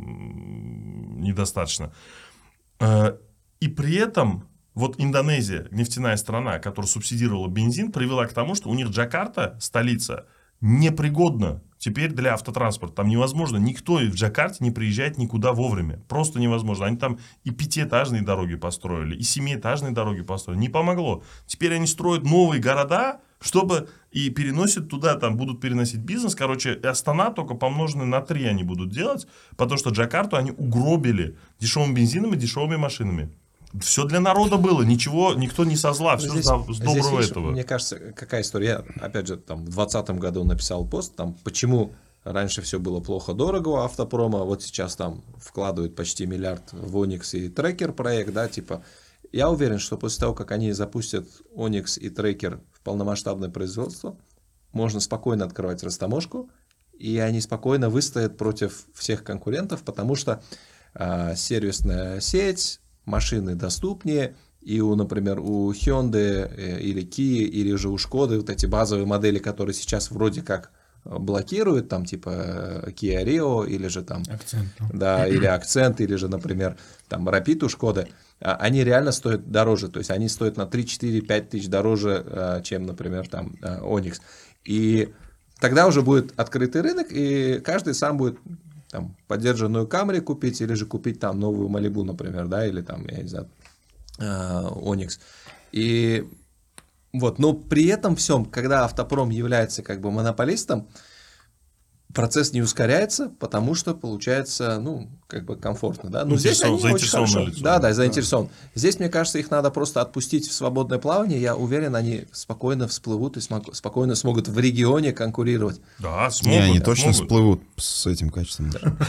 там недостаточно. Э, и при этом вот Индонезия, нефтяная страна, которая субсидировала бензин, привела к тому, что у них Джакарта, столица, непригодна теперь для автотранспорта. Там невозможно, никто в Джакарте не приезжает никуда вовремя. Просто невозможно. Они там и пятиэтажные дороги построили, и семиэтажные дороги построили. Не помогло. Теперь они строят новые города, чтобы и переносят туда, там будут переносить бизнес. Короче, Астана только помноженный на три они будут делать, потому что Джакарту они угробили дешевым бензином и дешевыми машинами. Все для народа было, ничего, никто не со зла, все Здесь- с доброго здесь, видишь, этого. Мне кажется, какая история. Я, опять же, там в двадцатом году написал пост, там, почему раньше все было плохо-дорого у автопрома, вот сейчас там вкладывают почти миллиард в Оникс и Трекер проект, да, типа. Я уверен, что после того, как они запустят Оникс и Трекер в полномасштабное производство, можно спокойно открывать растаможку, и они спокойно выстоят против всех конкурентов, потому что а, сервисная сеть, машины доступнее, и, у, например, у Hyundai или Kia, или же у Шкоды вот эти базовые модели, которые сейчас вроде как блокируют, там типа Kia Rio, или же там... Акцент. Да, или Акцент, или же, например, там Rapid у Шкоды, они реально стоят дороже, то есть они стоят на три, четыре, пять тысяч дороже, чем, например, там Оникс. И тогда уже будет открытый рынок, и каждый сам будет там поддержанную Camry купить, или же купить там новую Malibu, например, да, или там, я не знаю, Оникс. И вот, но при этом всем, когда автопром является как бы монополистом, процесс не ускоряется, потому что получается, ну, как бы комфортно, да. Но здесь они очень хорошо. Лицо. Да, да, заинтересован. Здесь, мне кажется, их надо просто отпустить в свободное плавание. Я уверен, они спокойно всплывут и смог, спокойно смогут в регионе конкурировать. Да, Не, смогут. они точно смогут. всплывут с этим качеством.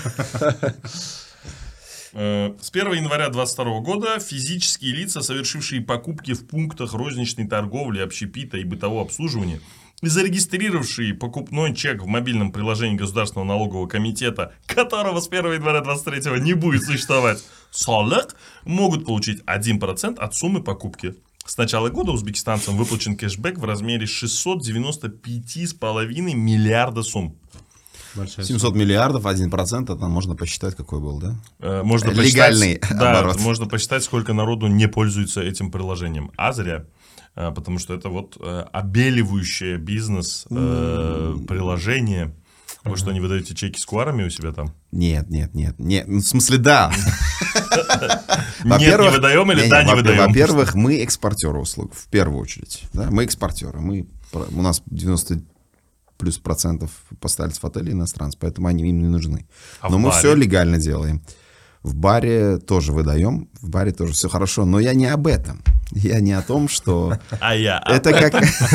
С первого января две тысячи двадцать второго года физические лица, совершившие покупки в пунктах розничной торговли, общепита и бытового обслуживания, и зарегистрировавшие покупной чек в мобильном приложении Государственного налогового комитета, которого с первого января две тысячи двадцать третьего не будет существовать, солек, могут получить один процент от суммы покупки. С начала года узбекистанцам выплачен кэшбэк в размере шестьсот девяносто пять целых пять десятых миллиарда сумм. Большая семьсот миллиардов, один процент, это можно посчитать, какой был, да? Э, Можно Легальный посчитать, да, оборот. можно посчитать, сколько народу не пользуется этим приложением. А зря. Э, Потому что это вот э, обеливающее бизнес э, приложение. Вы что, не выдаете чеки с куарами у себя там? Нет, нет, нет, нет. Ну, в смысле, да. Нет, не выдаем или Не-не, да, не во- выдаем? Во-первых, мы экспортеры услуг, в первую очередь. Да? Мы экспортеры. Мы, про- у нас девяносто плюс процентов постояльцев в отеле иностранцев, поэтому они им не нужны. А Но в мы баре? все легально делаем. В баре тоже выдаем, в баре тоже все хорошо, но я не об этом. Я не о том, что А я? это как,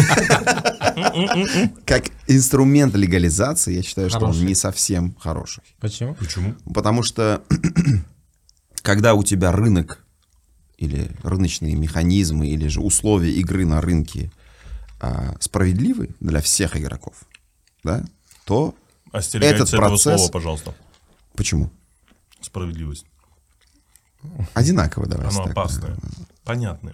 как инструмент легализации, я считаю, что он Хороший. не совсем хороший. Почему? Почему? Потому что когда у тебя рынок или рыночные механизмы, или же условия игры на рынке а, справедливы для всех игроков, да, то Остерегайтесь этот этого процесс... слова, пожалуйста. Почему? Справедливость. Одинаково, давай. Оно опасное. Понятное.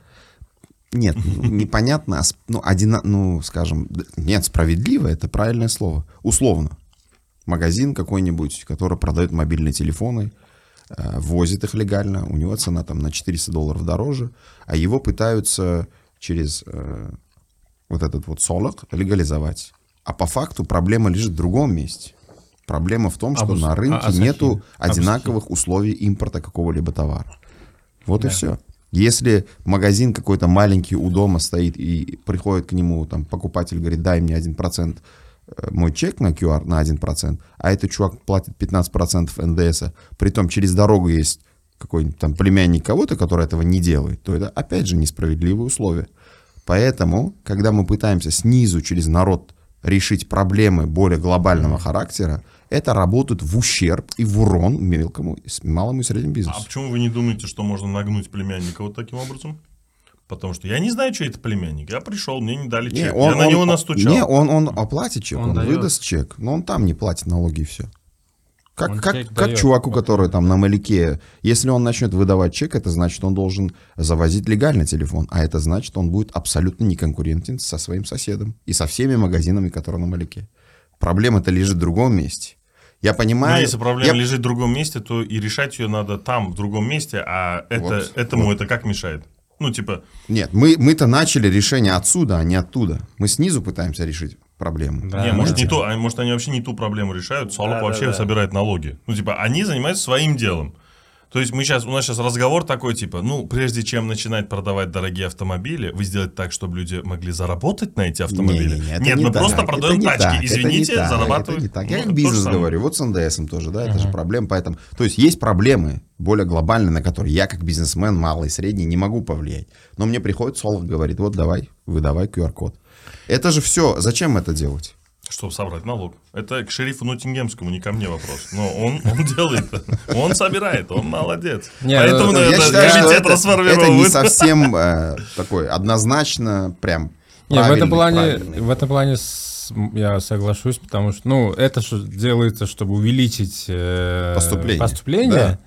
Нет, ну, непонятно, ну, одина, ну, скажем, нет, справедливо, это правильное слово. Условно. Магазин какой-нибудь, который продает мобильные телефоны, э, возит их легально, у него цена там на четыреста долларов дороже, а его пытаются через э, вот этот вот солок легализовать. А по факту проблема лежит в другом месте. Проблема в том, что Абус... на рынке а, нету Абусахи. одинаковых условий импорта какого-либо товара. Вот Да. и все. Если магазин какой-то маленький у дома стоит и приходит к нему там покупатель, говорит, дай мне один процент мой чек на ку ар на один процент, а этот чувак платит пятнадцать процентов эн дэ эса, притом через дорогу есть какой-нибудь там племянник кого-то, который этого не делает, то это опять же несправедливые условия. Поэтому, когда мы пытаемся снизу через народ решить проблемы более глобального характера, это работает в ущерб и в урон мелкому, малому и среднему бизнесу. А почему вы не думаете, что можно нагнуть племянника вот таким образом? Потому что я не знаю, что это племянник. Я пришел, мне не дали чек. Не, он, я на он- него настучал. Не, он, он оплатит чек, Он он, дает. выдаст чек, но он там не платит налоги и все. Как, Он как, чек как дает. чуваку, который там на Маляке, если он начнет выдавать чек, это значит, он должен завозить легальный телефон, а это значит, он будет абсолютно неконкурентен со своим соседом и со всеми магазинами, которые на Маляке. Проблема-то лежит в другом месте. Я понимаю... Но если проблема я- лежит в другом месте, то и решать ее надо там, в другом месте, а это, Вот, этому вот. это как мешает? Ну, типа, Нет, мы, мы-то начали решение отсюда, а не оттуда. Мы снизу пытаемся решить проблему. Да, не, может, да. не то, а может, они вообще не ту проблему решают, Солоп Да, вообще да, да. собирает налоги. Ну, типа, они занимаются своим делом. То есть мы сейчас, у нас сейчас разговор такой, типа, ну, прежде чем начинать продавать дорогие автомобили, вы сделаете так, чтобы люди могли заработать на эти автомобили? Не-не-не, это Нет, не мы так, просто это продаем не тачки. так, это Извините, не так, зарабатывают. это не так. Я Ну, как то бизнес же самое. говорю, вот с эн дэ эсом тоже, да, это же проблема, поэтому, то есть есть проблемы более глобальные, на которые я как бизнесмен малый, средний не могу повлиять, но мне приходит Солов, говорит, вот давай, выдавай ку ар код. Это же все, зачем это делать? Чтобы собрать налог. Это к шерифу Ноттингемскому, не ко мне вопрос. Но он, он делает, он собирает, он молодец. Не, Поэтому, ну, Я наверное, считаю, что комитет это, это не расформировывает. совсем э, такой однозначно прям Не, в этом правильный, плане, правильный. в этом плане с- я соглашусь, потому что, ну, это же делается, чтобы увеличить э, Поступление. поступление.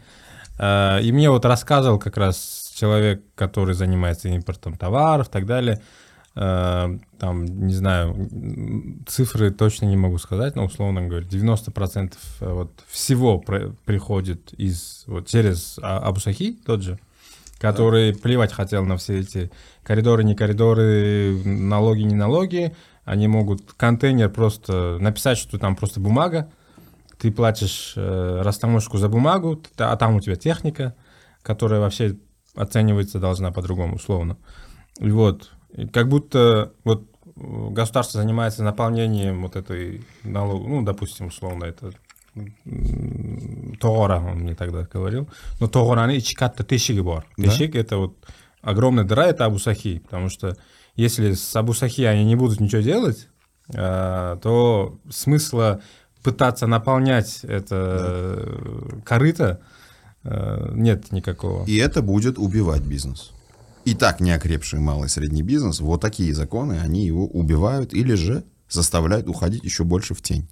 Э, и мне вот рассказывал как раз человек, который занимается импортом товаров и так далее. Э, там, не знаю, м, цифры точно не могу сказать, но условно говоря, девяносто процентов вот всего про- приходит из, вот, через А- Абусахи, тот же, который плевать хотел на все эти коридоры, не коридоры, налоги, не налоги. Они могут контейнер просто написать, что там просто бумага. Ты платишь э, растаможку за бумагу, т- а там у тебя техника, которая вообще оценивается должна по-другому, условно. И вот, и как будто вот э, государство занимается наполнением вот этой налог, ну, допустим, условно, это м, Тогора, он мне тогда говорил. Но Тогораны ичи катта тешиги бар. Да. Тешик — это вот огромная дыра, это Абусахи, потому что если с Абусахи они не будут ничего делать, э, то смысла пытаться наполнять это э, корыто э, нет никакого. И это будет убивать бизнес. И так неокрепший малый и средний бизнес, вот такие законы, они его убивают или же заставляют уходить еще больше в тень.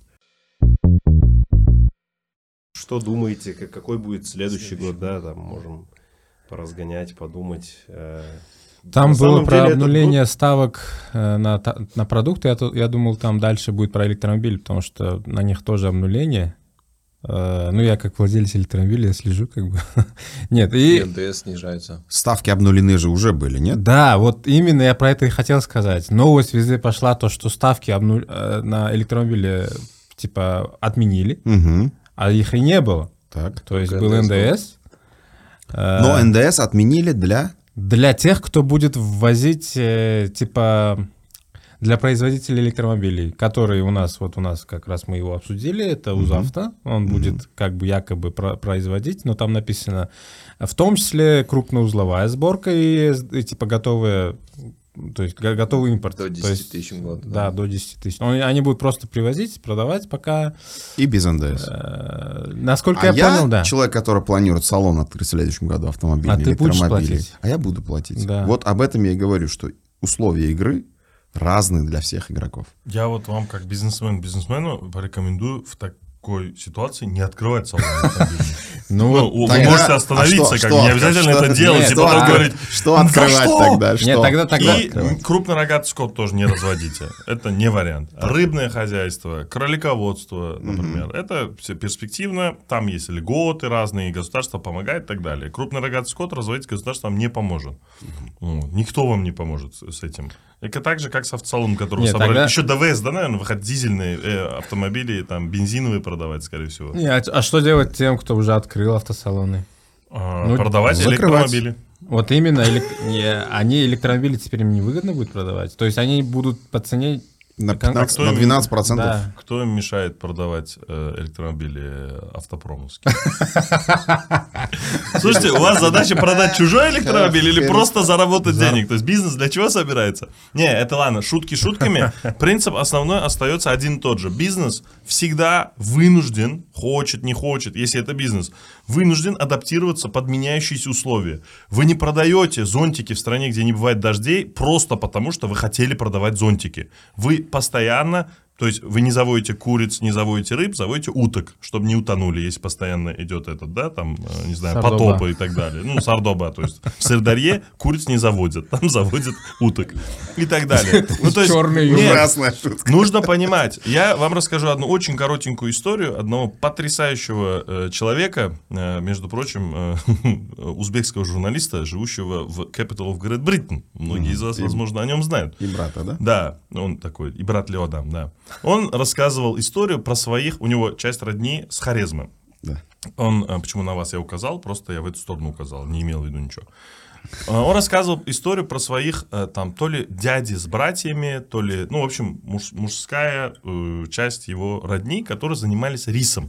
Что думаете, как- какой будет следующий год, да, там можем поразгонять, подумать. э. Там На было самом про деле этот обнуление год- ставок э, на, та- на продукты. Я, ту- я думал, там дальше будет про электромобиль, потому что на них тоже обнуление. Э, ну, я как владелец электромобиля, я слежу как бы. Нет, И и... эн дэ эс снижается. Ставки обнулены же уже были, нет? Да, вот именно я про это и хотел сказать. Новость везде пошла, то, что ставки обну- э, на электромобиле типа отменили, Угу. а их и не было. Так. То есть Только был эн дэ эс эн дэ эс. э, Но эн дэ эс отменили для... Для тех, кто будет ввозить, э, типа, для производителей электромобилей, которые у нас, вот у нас как раз мы его обсудили, это УЗАВТО, он будет как бы якобы про- производить, но там написано, в том числе крупноузловая сборка и, и типа готовые, то есть го- готовый импорт. До То десяти есть, тысяч в год. Да, до десяти тысяч. Он- Они будут просто привозить, продавать, пока, И без эн дэ эс. э, насколько А я, я, понял, да. человек, который планирует салон открыть в следующем году автомобильный, А ты будешь электромобилей, платить? а я буду платить. Да. Вот об этом я и говорю, что условия игры разные для всех игроков. Я вот вам как бизнесмен, бизнесмену порекомендую в такой ситуации не открывать салон автомобильный. Ну, Ну, вот вы тогда- можете а остановиться, что- как что не откры- обязательно что- это делать, нет, и что потом откры- говорить, что «За открывать что?» тогда? Нет, Что? тогда, тогда... И крупнорогатый скот тоже не разводите. Это не вариант. Рыбное хозяйство, кролиководство, например, это все перспективно. Там есть льготы разные, государство помогает и так далее. Крупнорогатый скот разводить государство вам не поможет. Ну, никто вам не поможет с с этим. Это так же, как с автосалоном, который вы Нет, собрали. тогда- Еще ДВС, да, наверное, выход дизельные э, автомобили, там, бензиновые продавать, скорее всего. Не, а, а что делать тем, кто уже открыл автосалоны? А, Ну, продавать закрывать. электромобили. Вот именно, элек- не, они электромобили теперь им невыгодно будет продавать. То есть они будут по цене... На Кон- пятнадцать, кто на им- двенадцать процентов. Да. Кто им мешает продавать э, электромобили автопромовские? Слушайте, у вас задача продать чужой электромобиль или просто заработать денег? То есть бизнес для чего собирается? Не, это ладно, шутки шутками. Принцип основной остается один и тот же. Бизнес всегда вынужден, хочет, не хочет, если это бизнес, вынужден адаптироваться под меняющиеся условия. Вы не продаете зонтики в стране, где не бывает дождей, просто потому, что вы хотели продавать зонтики. Вы постоянно, то есть вы не заводите куриц, не заводите рыб, заводите уток, чтобы не утонули, если постоянно идет этот, да, там, э, не знаю, Сардоба. потопы и так далее. Ну, сардоба, то есть в Сырдарье куриц не заводят, там заводят уток и так далее. Ну, то есть, Черный нет, Ужасная шутка. нужно понимать. Я вам расскажу одну очень коротенькую историю одного потрясающего э, человека, э, между прочим, э, узбекского журналиста, живущего в Capital of Great Britain. Многие из вас, И- возможно, о нем знают. И брата, да? Да, он такой, и брат Леодам, да. Он рассказывал историю про своих, у него часть родни с Хорезмы. Да. Он, а, почему на вас я указал, просто я в эту сторону указал, не имел в виду ничего. А, Он рассказывал историю про своих, э, там, то ли дяди с братьями, то ли, ну, в общем, муж- мужская э, часть его родни, которые занимались рисом.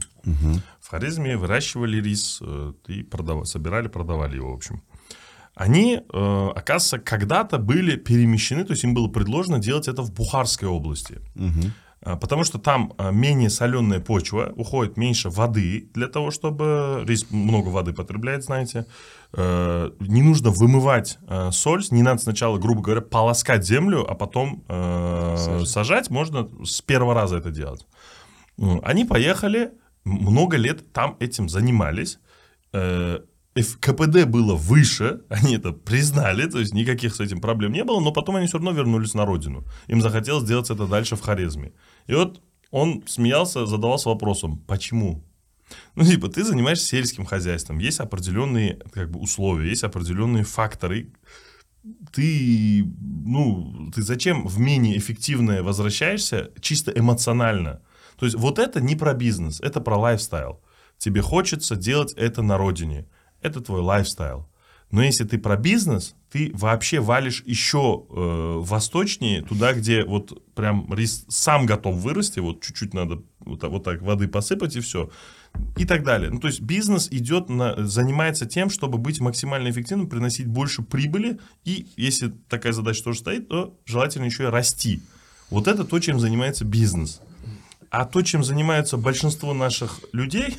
В Хорезме выращивали рис э, и продава- собирали, продавали его, в общем. Они, э, оказывается, когда-то были перемещены, то есть им было предложено делать это в Бухарской области. А, Потому что там а, менее соленая почва, уходит меньше воды для того, чтобы... Рис много воды потребляет, знаете. Э, Не нужно вымывать э, соль, не надо сначала, грубо говоря, полоскать землю, а потом э, сажать. Можно с первого раза это делать. М, Они поехали, много лет там этим занимались. Э, Эф- КПД было выше, они это признали, то есть никаких с этим проблем не было, но потом они все равно вернулись на родину. Им захотелось сделать это дальше в Хорезме. И вот он смеялся, задавался вопросом, почему? Ну, типа, ты занимаешься сельским хозяйством, есть определенные как бы, условия, есть определенные факторы. Ты, ну, ты зачем в менее эффективное возвращаешься чисто эмоционально? То есть вот это не про бизнес, это про лайфстайл. Тебе хочется делать это на родине. Это твой лайфстайл. Но если ты про бизнес, ты вообще валишь еще э, восточнее, туда, где вот прям рис сам готов вырасти, вот чуть-чуть надо вот так, вот так воды посыпать и все. И так далее. Ну, то есть бизнес идет на, занимается тем, чтобы быть максимально эффективным, приносить больше прибыли. И если такая задача тоже стоит, то желательно еще и расти. Вот это то, чем занимается бизнес. А то, чем занимаются большинство наших людей...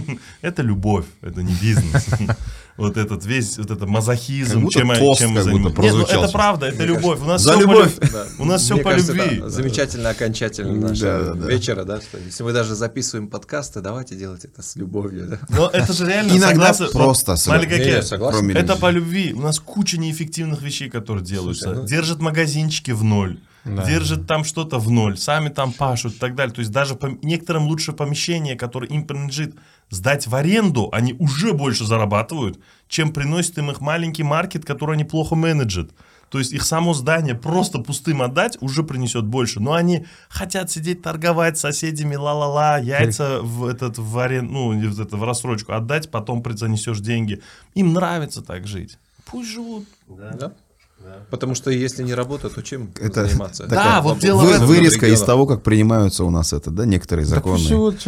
Это любовь, это не бизнес. Вот этот весь, вот это мазохизм, Как будто чем, тост чем мы как будто занимаемся. Нет, ну прозвучал это сейчас. правда, это любовь. У нас За все любовь. По, люб- у нас все Мне по кажется, любви. это замечательное окончательное наше Да, да, да. вечера, да, что если мы даже записываем подкасты, давайте делать это с любовью, да. Но это же реально Иногда согласен. просто Вот, смотри, с- как Не, я- согласен. Кроме Это любви. по любви. У нас куча неэффективных вещей, которые делаются. Слушай, ну- Держат магазинчики в ноль. Да. Держат там что-то в ноль, сами там пашут и так далее. То есть даже пом- некоторым лучше помещение, которое им принадлежит, сдать в аренду, они уже больше зарабатывают, чем приносит им их маленький маркет, который они плохо менеджат. То есть их само здание просто пустым отдать уже принесет больше. Но они хотят сидеть торговать с соседями, ла-ла-ла, яйца в, этот, в, арен... ну, в, это, в рассрочку отдать, потом занесешь деньги. Им нравится так жить. Пусть живут. Да? Потому что если не работа, то чем Это заниматься? такая Да, вот дело Вы- в этом. вырезка из регионах. того, как принимаются у нас это, да, некоторые законы.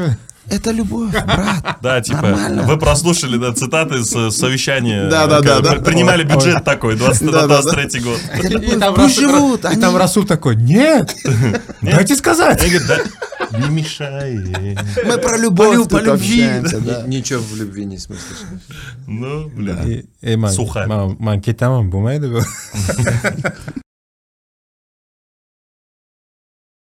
Это любовь, брат. Да, типа, Нормально. вы прослушали, да, цитаты с совещания. Да, да, да, когда да. Принимали бюджет такой, двадцать Да, да, да. двадцать третий год. И там, Пусть Расул, живут, и они- там Расул такой, нет, дайте сказать. Я говорю, да, не мешай. Мы про любовь По тут любви. общаемся, да. Ни- Ничего в любви не смыслишь. Ну, блин. И- и, man, Сухарь. man, man, ketamam, bu neydi bu?